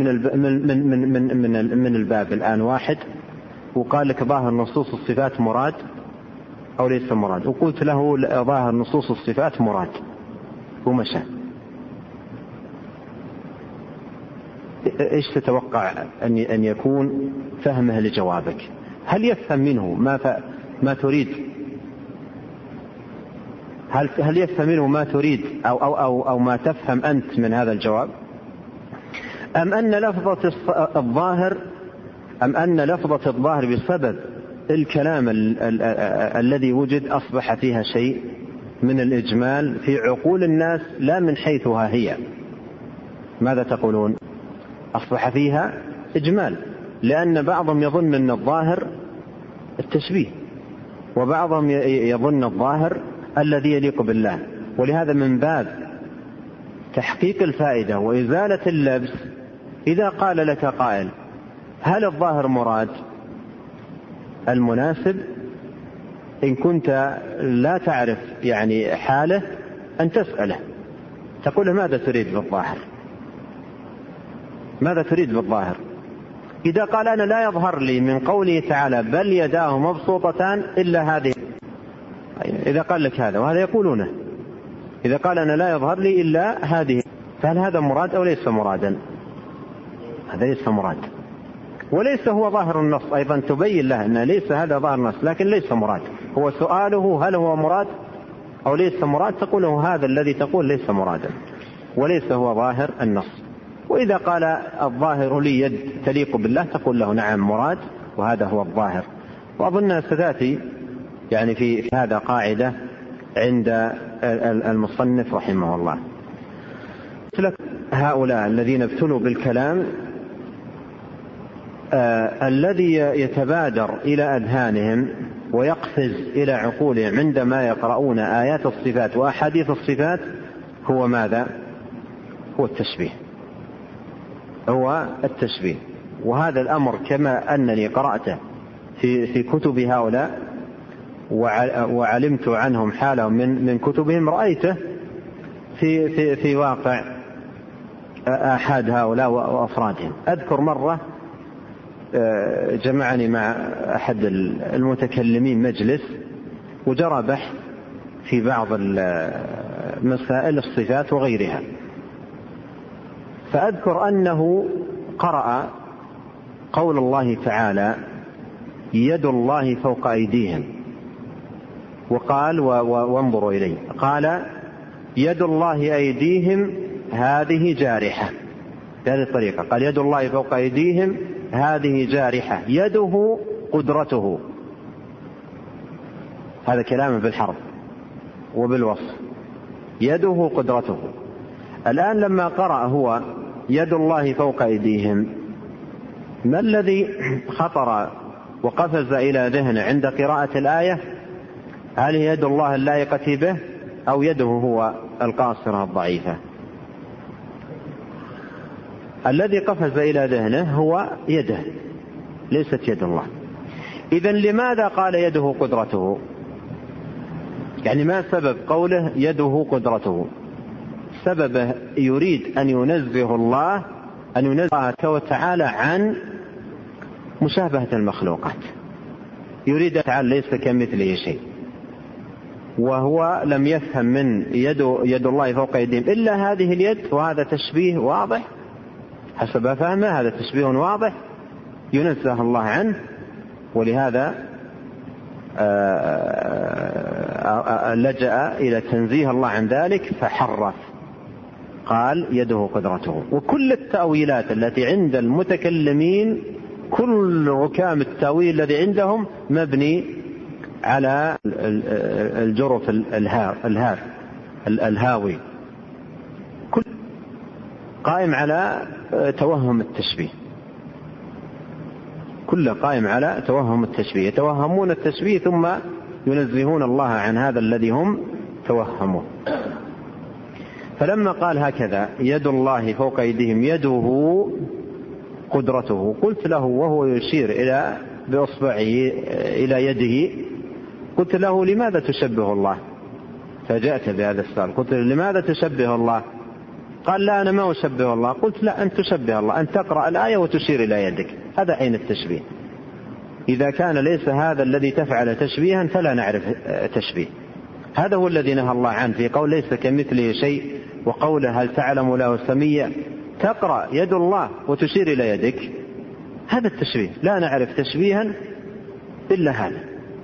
Speaker 1: من الباب الآن واحد وقال لك ظاهر نصوص الصفات مراد أو ليس مراد، وقلت له ظاهر نصوص الصفات مراد ومشى، إيش تتوقع أن يكون فهمه لجوابك؟ هل يفهم منه ما تريد؟ هل يفهم منه ما تريد أو ما تفهم أنت من هذا الجواب؟ أم أن لفظة الظاهر بسبب الكلام الذي وجد أصبح فيها شيء من الإجمال في عقول الناس لا من حيثها هي؟ ماذا تقولون؟ أصبح فيها إجمال، لأن بعضهم يظن أن الظاهر التشبيه، وبعضهم يظن الظاهر الذي يليق بالله. ولهذا من باب تحقيق الفائدة وإزالة اللبس، إذا قال لك قائل هل الظاهر مراد، المناسب إن كنت لا تعرف يعني حاله أن تسأله، تقول له ماذا تريد بالظاهر؟ ماذا تريد بالظاهر؟ إذا قال أنا لا يظهر لي من قوله تعالى بل يداه مبسوطتان إلا هذه، إذا قال لك هذا، وهذا يقولونه، إذا قال أنا لا يظهر لي إلا هذه، فهل هذا مراد أو ليس مرادا؟ هذا ليس مراد، وليس هو ظاهر النص. أيضا تبين له أن ليس هذا ظاهر النص، لكن ليس مراد. هو سؤاله هل هو مراد أو ليس مراد، تقول له هذا الذي تقول ليس مرادا وليس هو ظاهر النص. وإذا قال الظاهر لي يد تليق بالله، تقول له نعم مراد وهذا هو الظاهر. وأظن ستأتي يعني في هذا قاعدة عند المصنف رحمه الله. هؤلاء الذين ابتلوا بالكلام الذي يتبادر إلى أذهانهم ويقفز إلى عقولهم عندما يقرؤون آيات الصفات وأحاديث الصفات هو ماذا؟ هو التشبيه، هو التشبيه. وهذا الأمر كما أنني قرأته في كتب هؤلاء وعلمت عنهم حالهم من كتبهم، رأيته في واقع أحد هؤلاء وأفرادهم. أذكر مرة جمعني مع أحد المتكلمين مجلس وجرى بحث في بعض مسائل الصفات وغيرها، فأذكر أنه قرأ قول الله تعالى يد الله فوق أيديهم، وقال وانظروا إليه، قال يد الله أيديهم هذه جارحة، بهذه الطريقة قال يد الله فوق أيديهم هذه جارحة يده قدرته. هذا كلام بالحرف وبالوصف، يده قدرته. الآن لما قرأ هو يد الله فوق أيديهم، ما الذي خطر وقفز إلى ذهنه عند قراءة الآية؟ هل هي يد الله اللائقة به أو يده هو القاصرة الضعيفة؟ الذي قفز إلى ذهنه هو يده، ليست يد الله. إذن لماذا قال يده قدرته؟ يعني ما سبب قوله يده قدرته؟ سببه يريد أن ينزه الله تعالى عن مشابهة المخلوقات، يريد تعالى ليس كمثله شيء، وهو لم يفهم من يد الله فوق أيديهم إلا هذه اليد، وهذا تشبيه واضح حسب فهمه، هذا تشبيه واضح ينزه الله عنه. ولهذا لجأ إلى تنزيه الله عن ذلك فحرف، قال يده قدرته. وكل التأويلات التي عند المتكلمين، كل ركام التأويل الذي عندهم مبني على الجرف الهاوي، كل قائم على توهم التشبيه، كل قائم على توهم التشبيه، يتوهمون التشبيه ثم ينزهون الله عن هذا الذي هم توهموا. فلما قال هكذا يد الله فوق أيديهم يده قدرته، قلت له وهو يشير بإصبعه إلى يده، قلت له لماذا تشبه الله؟ فجاءت بهذا السؤال، قلت له لماذا تشبه الله؟ قال لا أنا ما أشبه الله. قلت لا، أن تشبه الله أن تقرأ الآية وتشير إلى يدك، هذا عين التشبيه. إذا كان ليس هذا الذي تفعل تشبيها فلا نعرف تشبيه. هذا هو الذي نهى الله عنه في قول ليس كمثله شيء، وقوله هل تعلم له سميا. تقرأ يد الله وتشير إلى يدك، هذا التشبيه، لا نعرف تشبيها إلا هذا.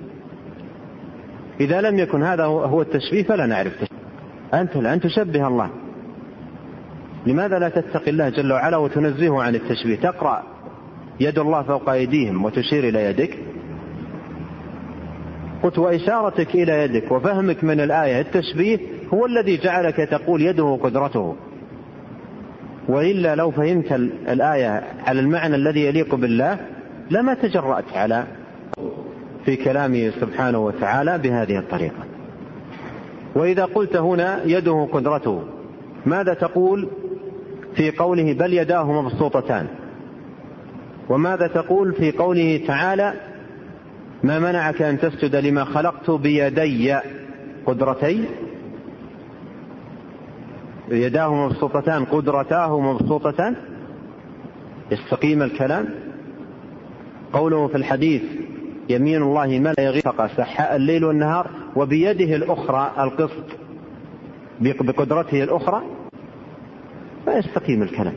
Speaker 1: إذا لم يكن هذا هو التشبيه فلا نعرف تشبيه. أنت الآن تشبه الله، لماذا لا تتقي الله جل وعلا وتنزهه عن التشبيه؟ تقرأ يد الله فوق أيديهم وتشير إلى يدك. قلت وإشارتك إلى يدك وفهمك من الآية التشبيه هو الذي جعلك تقول يده قدرته، وإلا لو فهمت الآية على المعنى الذي يليق بالله لما تجرأت على في كلامه سبحانه وتعالى بهذه الطريقة. وإذا قلت هنا يده قدرته، ماذا تقول في قوله بل يداه مبسوطتان؟ وماذا تقول في قوله تعالى ما منعك أن تسجد لما خلقت بيدي قدرتي؟ يداه مبسوطتان قدرتاه مبسوطتان، يستقيم الكلام. قوله في الحديث يمين الله ما لا يغيق سحاء الليل والنهار وبيده الأخرى القسط بقدرته الأخرى، لا يستقيم الكلام.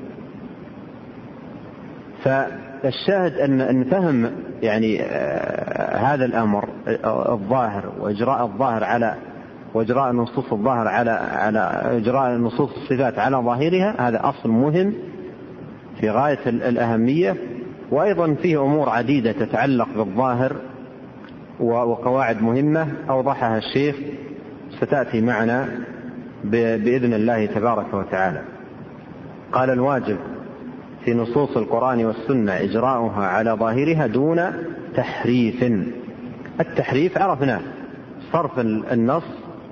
Speaker 1: فالشاهد أن فهم يعني هذا الأمر الظاهر وإجراء الظاهر على وإجراء النصوص الظاهر على إجراء النصوص الصفات على ظاهرها، هذا أصل مهم في غاية الأهمية. وأيضا فيه أمور عديدة تتعلق بالظاهر وقواعد مهمة أوضحها الشيخ ستأتي معنا بإذن الله تبارك وتعالى. قال الواجب في نصوص القرآن والسنة إجراؤها على ظاهرها دون تحريف. التحريف عرفناه، صرف النص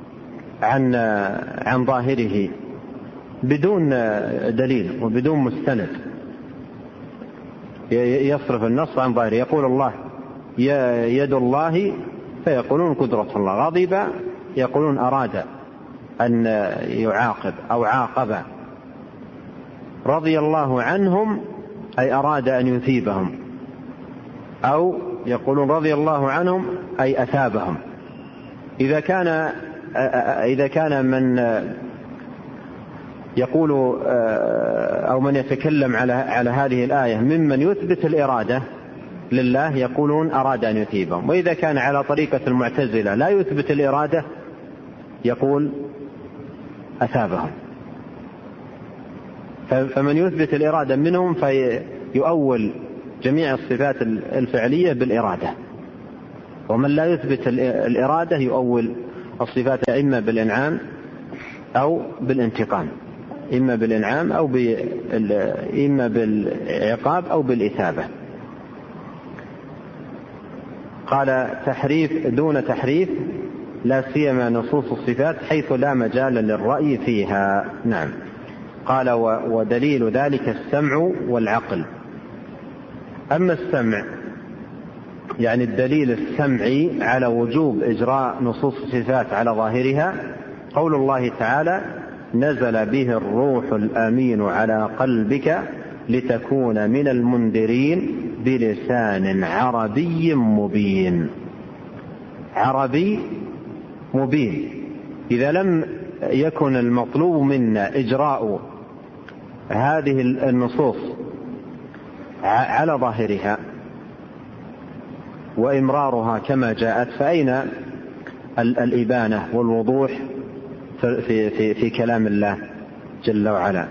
Speaker 1: عن ظاهره بدون دليل وبدون مستند، يصرف النص عن ظاهره. يقول الله يد الله فيقولون قدرة الله، غضب يقولون أراد أن يعاقب أو عاقب، رضي الله عنهم أي أراد أن يثيبهم، أو يقولون رضي الله عنهم أي أثابهم. إذا كان من يقول أو من يتكلم على هذه الآية ممن يثبت الإرادة لله يقولون أراد أن يثيبهم، وإذا كان على طريقة المعتزلة لا يثبت الإرادة يقول أثابهم. فمن يثبت الإرادة منهم فيؤول جميع الصفات الفعلية بالإرادة، ومن لا يثبت الإرادة يؤول الصفات إما بالإنعام أو بالانتقام، إما بالإنعام أو إما بالعقاب أو بالإثابة. قال تحريف دون تحريف لا سيما نصوص الصفات حيث لا مجال للرأي فيها. نعم. قال ودليل ذلك السمع والعقل. أما السمع يعني الدليل السمعي على وجوب إجراء نصوص الصفات على ظاهرها قول الله تعالى نزل به الروح الأمين على قلبك لتكون من المنذرين بلسان عربي مبين. عربي مبين. إذا لم يكن المطلوب منا إجراء هذه النصوص على ظاهرها وإمرارها كما جاءت فأين الإبانة والوضوح في كلام الله جل وعلا؟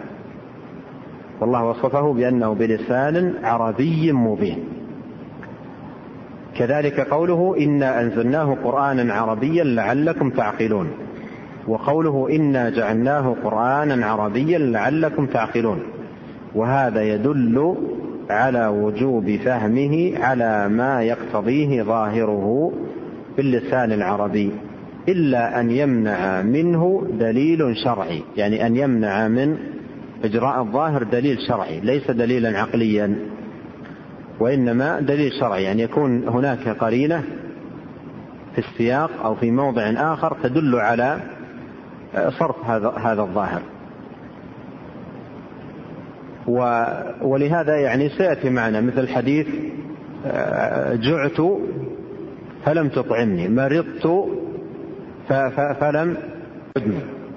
Speaker 1: والله وصفه بأنه بلسان عربي مبين. وكذلك قوله إنا أنزلناه قرآنا عربيا لعلكم تعقلون، وقوله إنا جعلناه قرآنا عربيا لعلكم تعقلون، وهذا يدل على وجوب فهمه على ما يقتضيه ظاهره باللسان العربي، إلا أن يمنع منه دليل شرعي، يعني أن يمنع من إجراء الظاهر دليل شرعي ليس دليلا عقليا وإنما دليل شرعي، يعني يكون هناك قرينة في السياق أو في موضع آخر تدل على صرف هذا الظاهر. ولهذا يعني سيأتي معنا مثل حديث جعت فلم تطعمني، مرضت فلم تدني،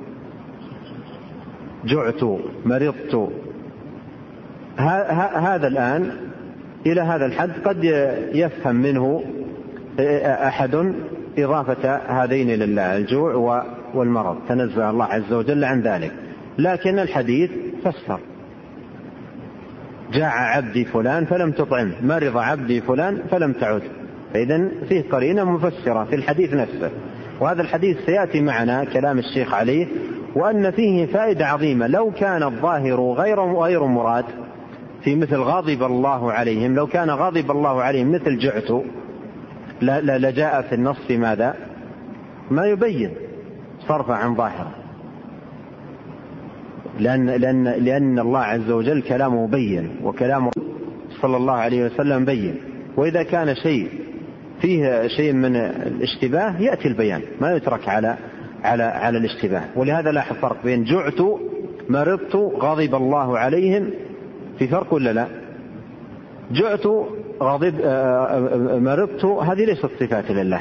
Speaker 1: جعت مرضت، هذا الآن إلى هذا الحد قد يفهم منه أحد إضافة هذين لله، الجوع والمرض، تنزه الله عز وجل عن ذلك، لكن الحديث فسر: جاع عبدي فلان فلم تطعم، مرض عبدي فلان فلم تعد، فإذن فيه قرينة مفسرة في الحديث نفسه. وهذا الحديث سيأتي معنا كلام الشيخ عليه، وأن فيه فائدة عظيمة. لو كان الظاهر غير مراد في مثل غضب الله عليهم، لو كان غضب الله عليهم مثل جعت لجاء في النص ماذا؟ ما يبين صرف عن ظاهر، لأن الله عز وجل كلامه بين وكلامه صلى الله عليه وسلم بين، وإذا كان شيء فيه شيء من الاشتباه يأتي البيان، ما يترك على الاشتباه. ولهذا لاحظ فرق بين جعت مرضت غضب الله عليهم، في فرق ولا لا؟ جعت غضب مرضت هذه ليست صفات لله،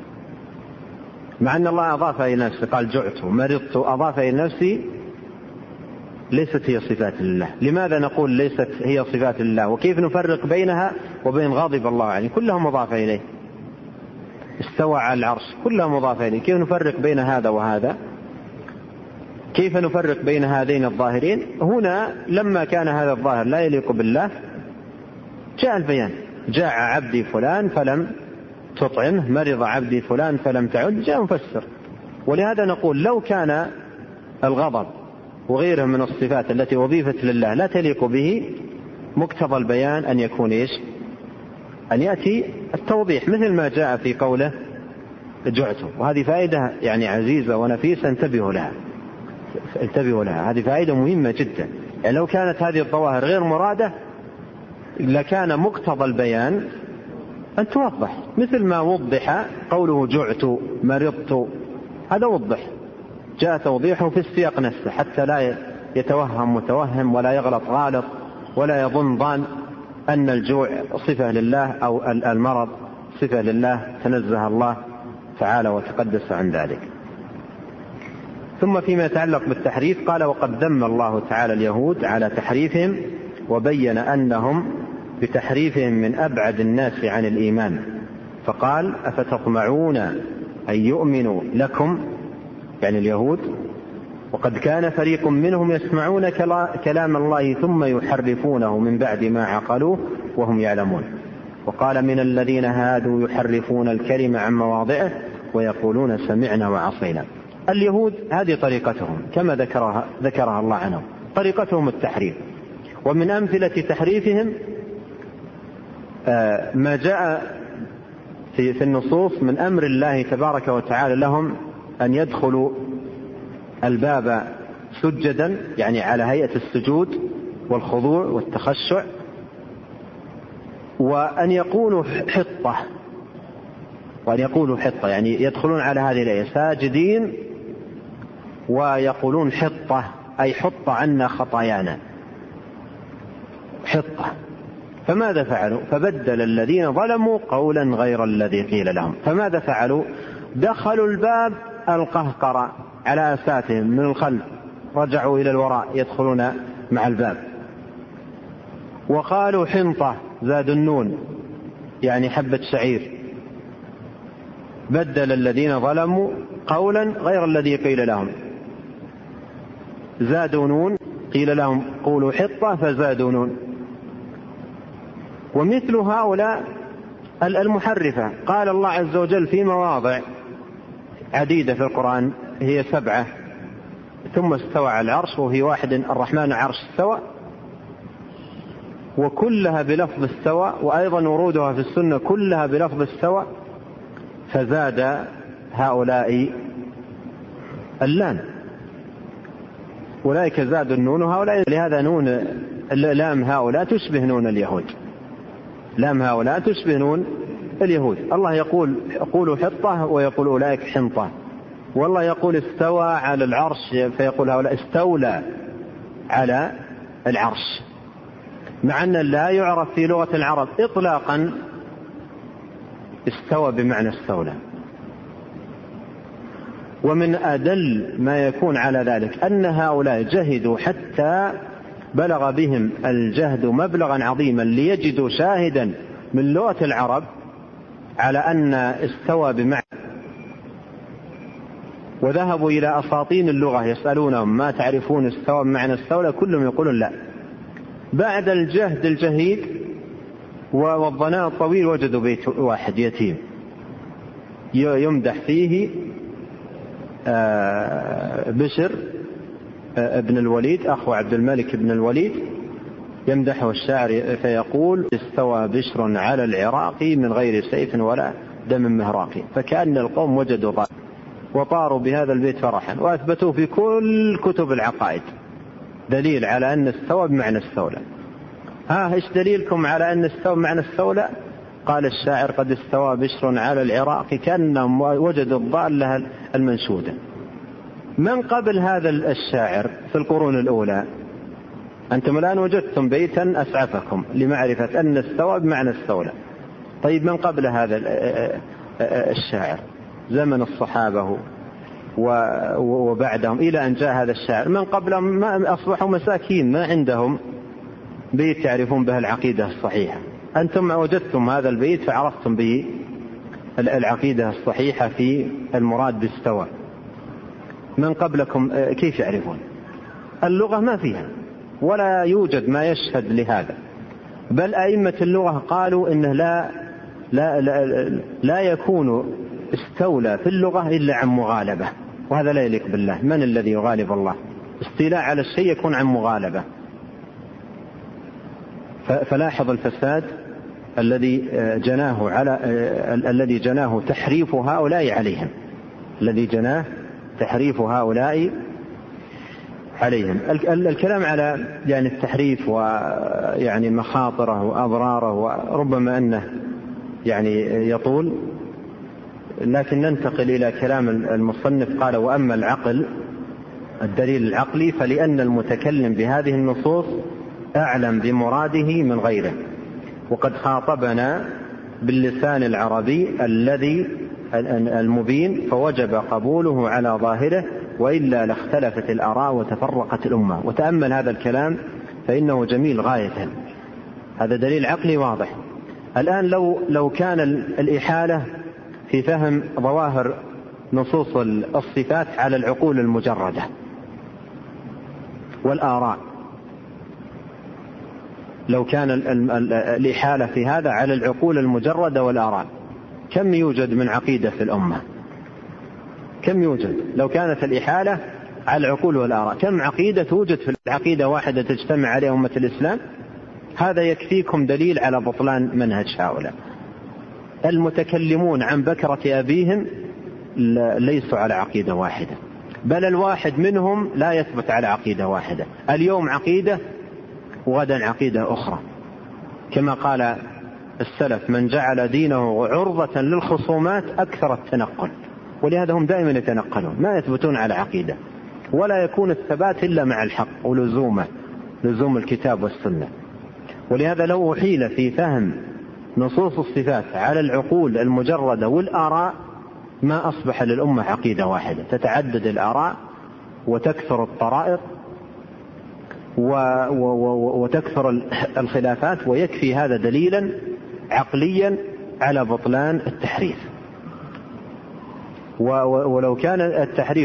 Speaker 1: مع أن الله أضاف إلى نفسه، قال جعت مرضت، أضاف إلى نفسه، ليست هي صفات لله. لماذا نقول ليست هي صفات لله؟ وكيف نفرق بينها وبين غضب الله عليه؟ كلها مضافة إليه، استوى على العرش، كلها مضافة إليه، كيف نفرق بين هذا وهذا؟ كيف نفرق بين هذين الظاهرين؟ هنا لما كان هذا الظاهر لا يليق بالله جاء البيان: جاع عبدي فلان فلم تطعمه، مرض عبدي فلان فلم تعد، جاء مفسر. ولهذا نقول لو كان الغضب وغيره من الصفات التي أضيفت لله لا تليق به، مقتضى البيان أن يكون إيش؟ أن يأتي التوضيح، مثل ما جاء في قوله جعته. وهذه فائدة يعني عزيزة ونفيسة، انتبهوا لها، هذه فائدة مهمة جدا. يعني لو كانت هذه الظواهر غير مرادة لكان مقتضى البيان أن توضح، مثل ما وضح قوله جعت مرضت، هذا وضح، جاء توضيحه في السياق نفسه حتى لا يتوهم متوهم ولا يغلط غالط ولا يظن ظان أن الجوع صفة لله أو المرض صفة لله، تنزه الله تعالى وتقدس عن ذلك. ثم فيما يتعلق بالتحريف قال: وقد ذم الله تعالى اليهود على تحريفهم، وبين أنهم بتحريفهم من أبعد الناس عن الإيمان، فقال: أفتطمعون أن يؤمنوا لكم، يعني اليهود، وقد كان فريق منهم يسمعون كلام الله ثم يحرفونه من بعد ما عقلوه وهم يعلمون. وقال: من الذين هادوا يحرفون الكلم عن مواضعه ويقولون سمعنا وعصينا. اليهود هذه طريقتهم كما ذكرها الله عنهم، طريقتهم التحريف. ومن أمثلة تحريفهم ما جاء في النصوص من أمر الله تبارك وتعالى لهم أن يدخلوا الباب سجدا، يعني على هيئة السجود والخضوع والتخشع، وأن يقولوا حطة، يعني يدخلون على هذه الآية ساجدين ويقولون حطة، أي حط عنا خطايانا، حطة. فماذا فعلوا؟ فبدل الذين ظلموا قولا غير الذي قيل لهم. فماذا فعلوا؟ دخلوا الباب القهقرة على أساتهم من الخلف، رجعوا إلى الوراء يدخلون مع الباب. وقالوا حنطة، زاد النون، يعني حبة شعير. بدل الذين ظلموا قولا غير الذي قيل لهم، زادوا نون، قيل لهم قولوا حطة فزادوا نون. ومثل هؤلاء المحرفة. قال الله عز وجل في مواضع عديدة في القرآن، هي 7، ثم استوى على العرش، وفي واحد الرحمن عرش استوى، وكلها بلفظ استوى، وأيضا ورودها في السنة كلها بلفظ استوى، فزاد هؤلاء اللام، أولئك زادوا النون وهؤلاء، لهذا نون لام هؤلاء تشبه نون اليهود، لام هؤلاء تشبه نون اليهود. الله يقول قولوا حطة ويقول أولئك حنطة، والله يقول استوى على العرش فيقول هؤلاء استولى على العرش، مع أن لا يعرف في لغة العرب إطلاقا استوى بمعنى استولى. ومن أدل ما يكون على ذلك أن هؤلاء جهدوا حتى بلغ بهم الجهد مبلغا عظيما ليجدوا شاهدا من لغة العرب على أن استوى بمعنى، وذهبوا إلى أساطين اللغة يسألونهم ما تعرفون استوى بمعنى استولى، كلهم يقولون لا. بعد الجهد الجهيد والظناء الطويل وجدوا بيت واحد يتيم يمدح فيه بشر ابن الوليد أخو عبد الملك بن الوليد، يمدحه الشاعر فيقول استوى بشر على العراق من غير سيف ولا دم مهراق، فكأن القوم وجدوا ضال وطاروا بهذا البيت فرحا، وأثبتوه في كل كتب العقائد دليل على أن استوى بمعنى استولى. إيش دليلكم على أن استوى بمعنى استولى؟ قال الشاعر قد استوى بشر على العراق، كأنهم وجدوا الضالة المنشودة. من قبل هذا الشاعر في القرون الأولى أنتم الآن وجدتم بيتا أسعفكم لمعرفة أن استوى بمعنى استولى. طيب من قبل هذا الشاعر زمن الصحابة وبعدهم إلى أن جاء هذا الشاعر، من قبلهم ما أصبحوا مساكين ما عندهم بيت يعرفون به العقيدة الصحيحة. أنتم وجدتم هذا البيت فعرفتم به العقيدة الصحيحة في المراد باستوى. من قبلكم كيف يعرفون؟ اللغة ما فيها ولا يوجد ما يشهد لهذا، بل أئمة اللغة قالوا إنه لا يكون استولى في اللغة إلا عن مغالبة، وهذا لا يليق بالله. من الذي يغالب الله؟ استيلاء على الشيء يكون عن مغالبة. فلاحظ الفساد الذي جناه تحريف هؤلاء عليهم، الذي جناه تحريف هؤلاء عليهم. الكلام على يعني التحريف ويعني مخاطره وأضراره وربما أنه يعني يطول، لكن ننتقل إلى كلام المصنف. قال وأما العقل الدليل العقلي فلأن المتكلم بهذه النصوص أعلم بمراده من غيره، وقد خاطبنا باللسان العربي الذي المبين فوجب قبوله على ظاهره، وإلا لاختلفت الآراء وتفرقت الأمة. وتأمل هذا الكلام فإنه جميل غاية، هذا دليل عقلي واضح. الآن لو كان الإحالة في فهم ظواهر نصوص الصفات على العقول المجردة والآراء، لو كان الإحالة في هذا على العقول المجردة والآراء، كم يوجد من عقيدة في الأمة؟ كم يوجد؟ لو كانت الإحالة على العقول والآراء كم عقيدة توجد في العقيدة واحدة تجتمع عليها أمة الإسلام؟ هذا يكفيكم دليل على بطلان منهج هؤلاء. المتكلمون عن بكرة أبيهم ليسوا على عقيدة واحدة، بل الواحد منهم لا يثبت على عقيدة واحدة، اليوم عقيدة وغدا عقيدة أخرى، كما قال السلف من جعل دينه عرضة للخصومات أكثر التنقل. ولهذا هم دائما يتنقلون، ما يثبتون على عقيدة، ولا يكون الثبات إلا مع الحق ولزوم الكتاب والسنة. ولهذا لو أحيل في فهم نصوص الصفات على العقول المجردة والآراء ما أصبح للأمة عقيدة واحدة، تتعدد الآراء وتكثر الطرائق وتكثر الخلافات، ويكفي هذا دليلا عقليا على بطلان التحريف. ولو كان التحريف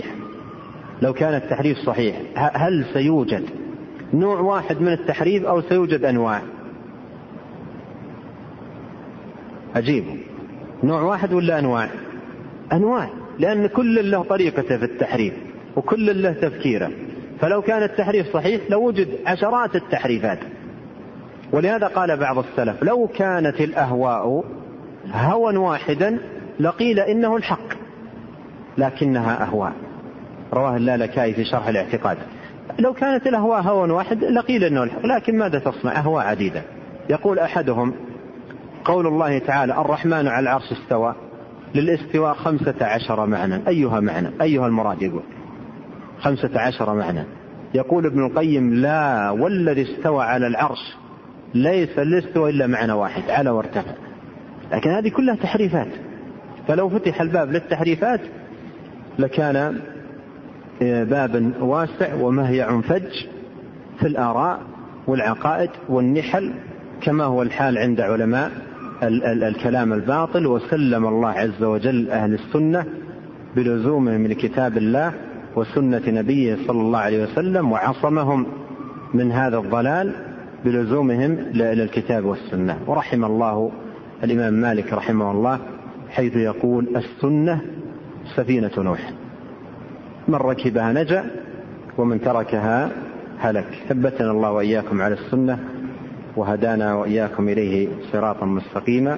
Speaker 1: صحيح، هل سيوجد نوع واحد من التحريف أو سيوجد أنواع؟ عجيب، نوع واحد ولا أنواع، لأن كل له طريقته في التحريف وكل له تفكيره. فلو كان التحريف صحيح لوجد عشرات التحريفات. ولهذا قال بعض السلف: لو كانت الأهواء هوى واحدا لقيل إنه الحق لكنها أهواء. رواه اللالكائي في شرح الاعتقاد. لو كانت الأهواء هوى واحد لقيل إنه الحق، لكن ماذا تصنع؟ أهواء عديدة. يقول أحدهم: قول الله تعالى: الرحمن على العرش استوى، للاستواء 15 معنى. أيها معنى؟ أيها المراد؟ يقول 15 معنى. يقول ابن القيم: لا، والذي استوى على العرش ليس الاستوى إلا معنى واحد: على وارتفع. لكن هذه كلها تحريفات. فلو فتح الباب للتحريفات لكان بابا واسع ومهيع فج في الآراء والعقائد والنحل، كما هو الحال عند علماء الكلام الباطل. وسلم الله عز وجل أهل السنة بلزومهم لكتاب الله وسنة نبيه صلى الله عليه وسلم، وعصمهم من هذا الضلال بلزومهم للكتاب والسنة. ورحم الله الإمام مالك رحمه الله حيث يقول: السنة سفينة نوح، من ركبها نجا ومن تركها هلك. ثبتنا الله وإياكم على السنة وهدانا وإياكم إليه صراطا مستقيما.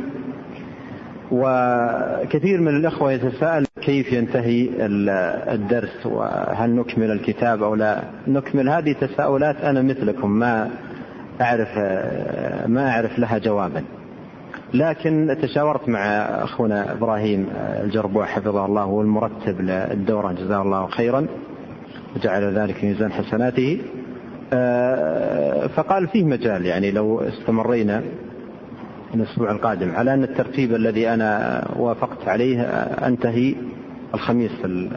Speaker 1: وكثير من الأخوة يتساءل: كيف ينتهي الدرس؟ وهل نكمل الكتاب أو لا نكمل؟ هذه تساؤلات أنا مثلكم ما أعرف لها جوابا. لكن تشاورت مع أخونا إبراهيم الجربوع حفظه الله والمرتب للدورة جزاه الله خيرا وجعل ذلك ميزان حسناته، فقال فيه مجال يعني لو استمرينا الأسبوع القادم على أن الترتيب الذي أنا وافقت عليه أنتهي الخميس.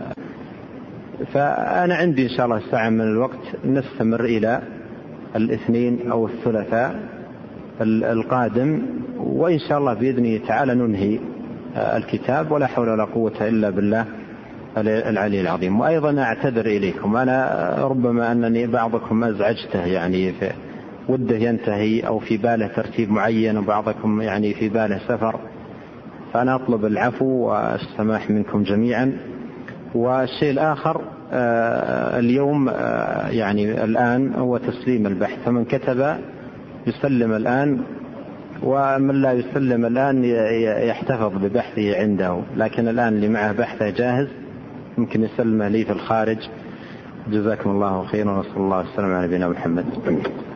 Speaker 1: فأنا عندي إن شاء الله ساعة من الوقت نستمر إلى الاثنين أو الثلاثاء القادم، وإن شاء الله بإذنه تعالى ننهي الكتاب، ولا حول ولا قوة إلا بالله العلي العظيم. وأيضا أعتذر إليكم، أنا ربما أنني بعضكم أزعجته يعني في وده ينتهي أو في باله ترتيب معين، وبعضكم يعني في باله سفر، فأنا أطلب العفو والسماح منكم جميعا. والشيء الآخر اليوم يعني الآن هو تسليم البحث، فمن كتب يسلم الآن، ومن لا يسلم الآن يحتفظ ببحثه عنده، لكن الآن اللي معه بحثه جاهز ممكن يسلمه لي في الخارج. جزاكم الله خيرا، ونصلى الله والسلام على نبينا محمد.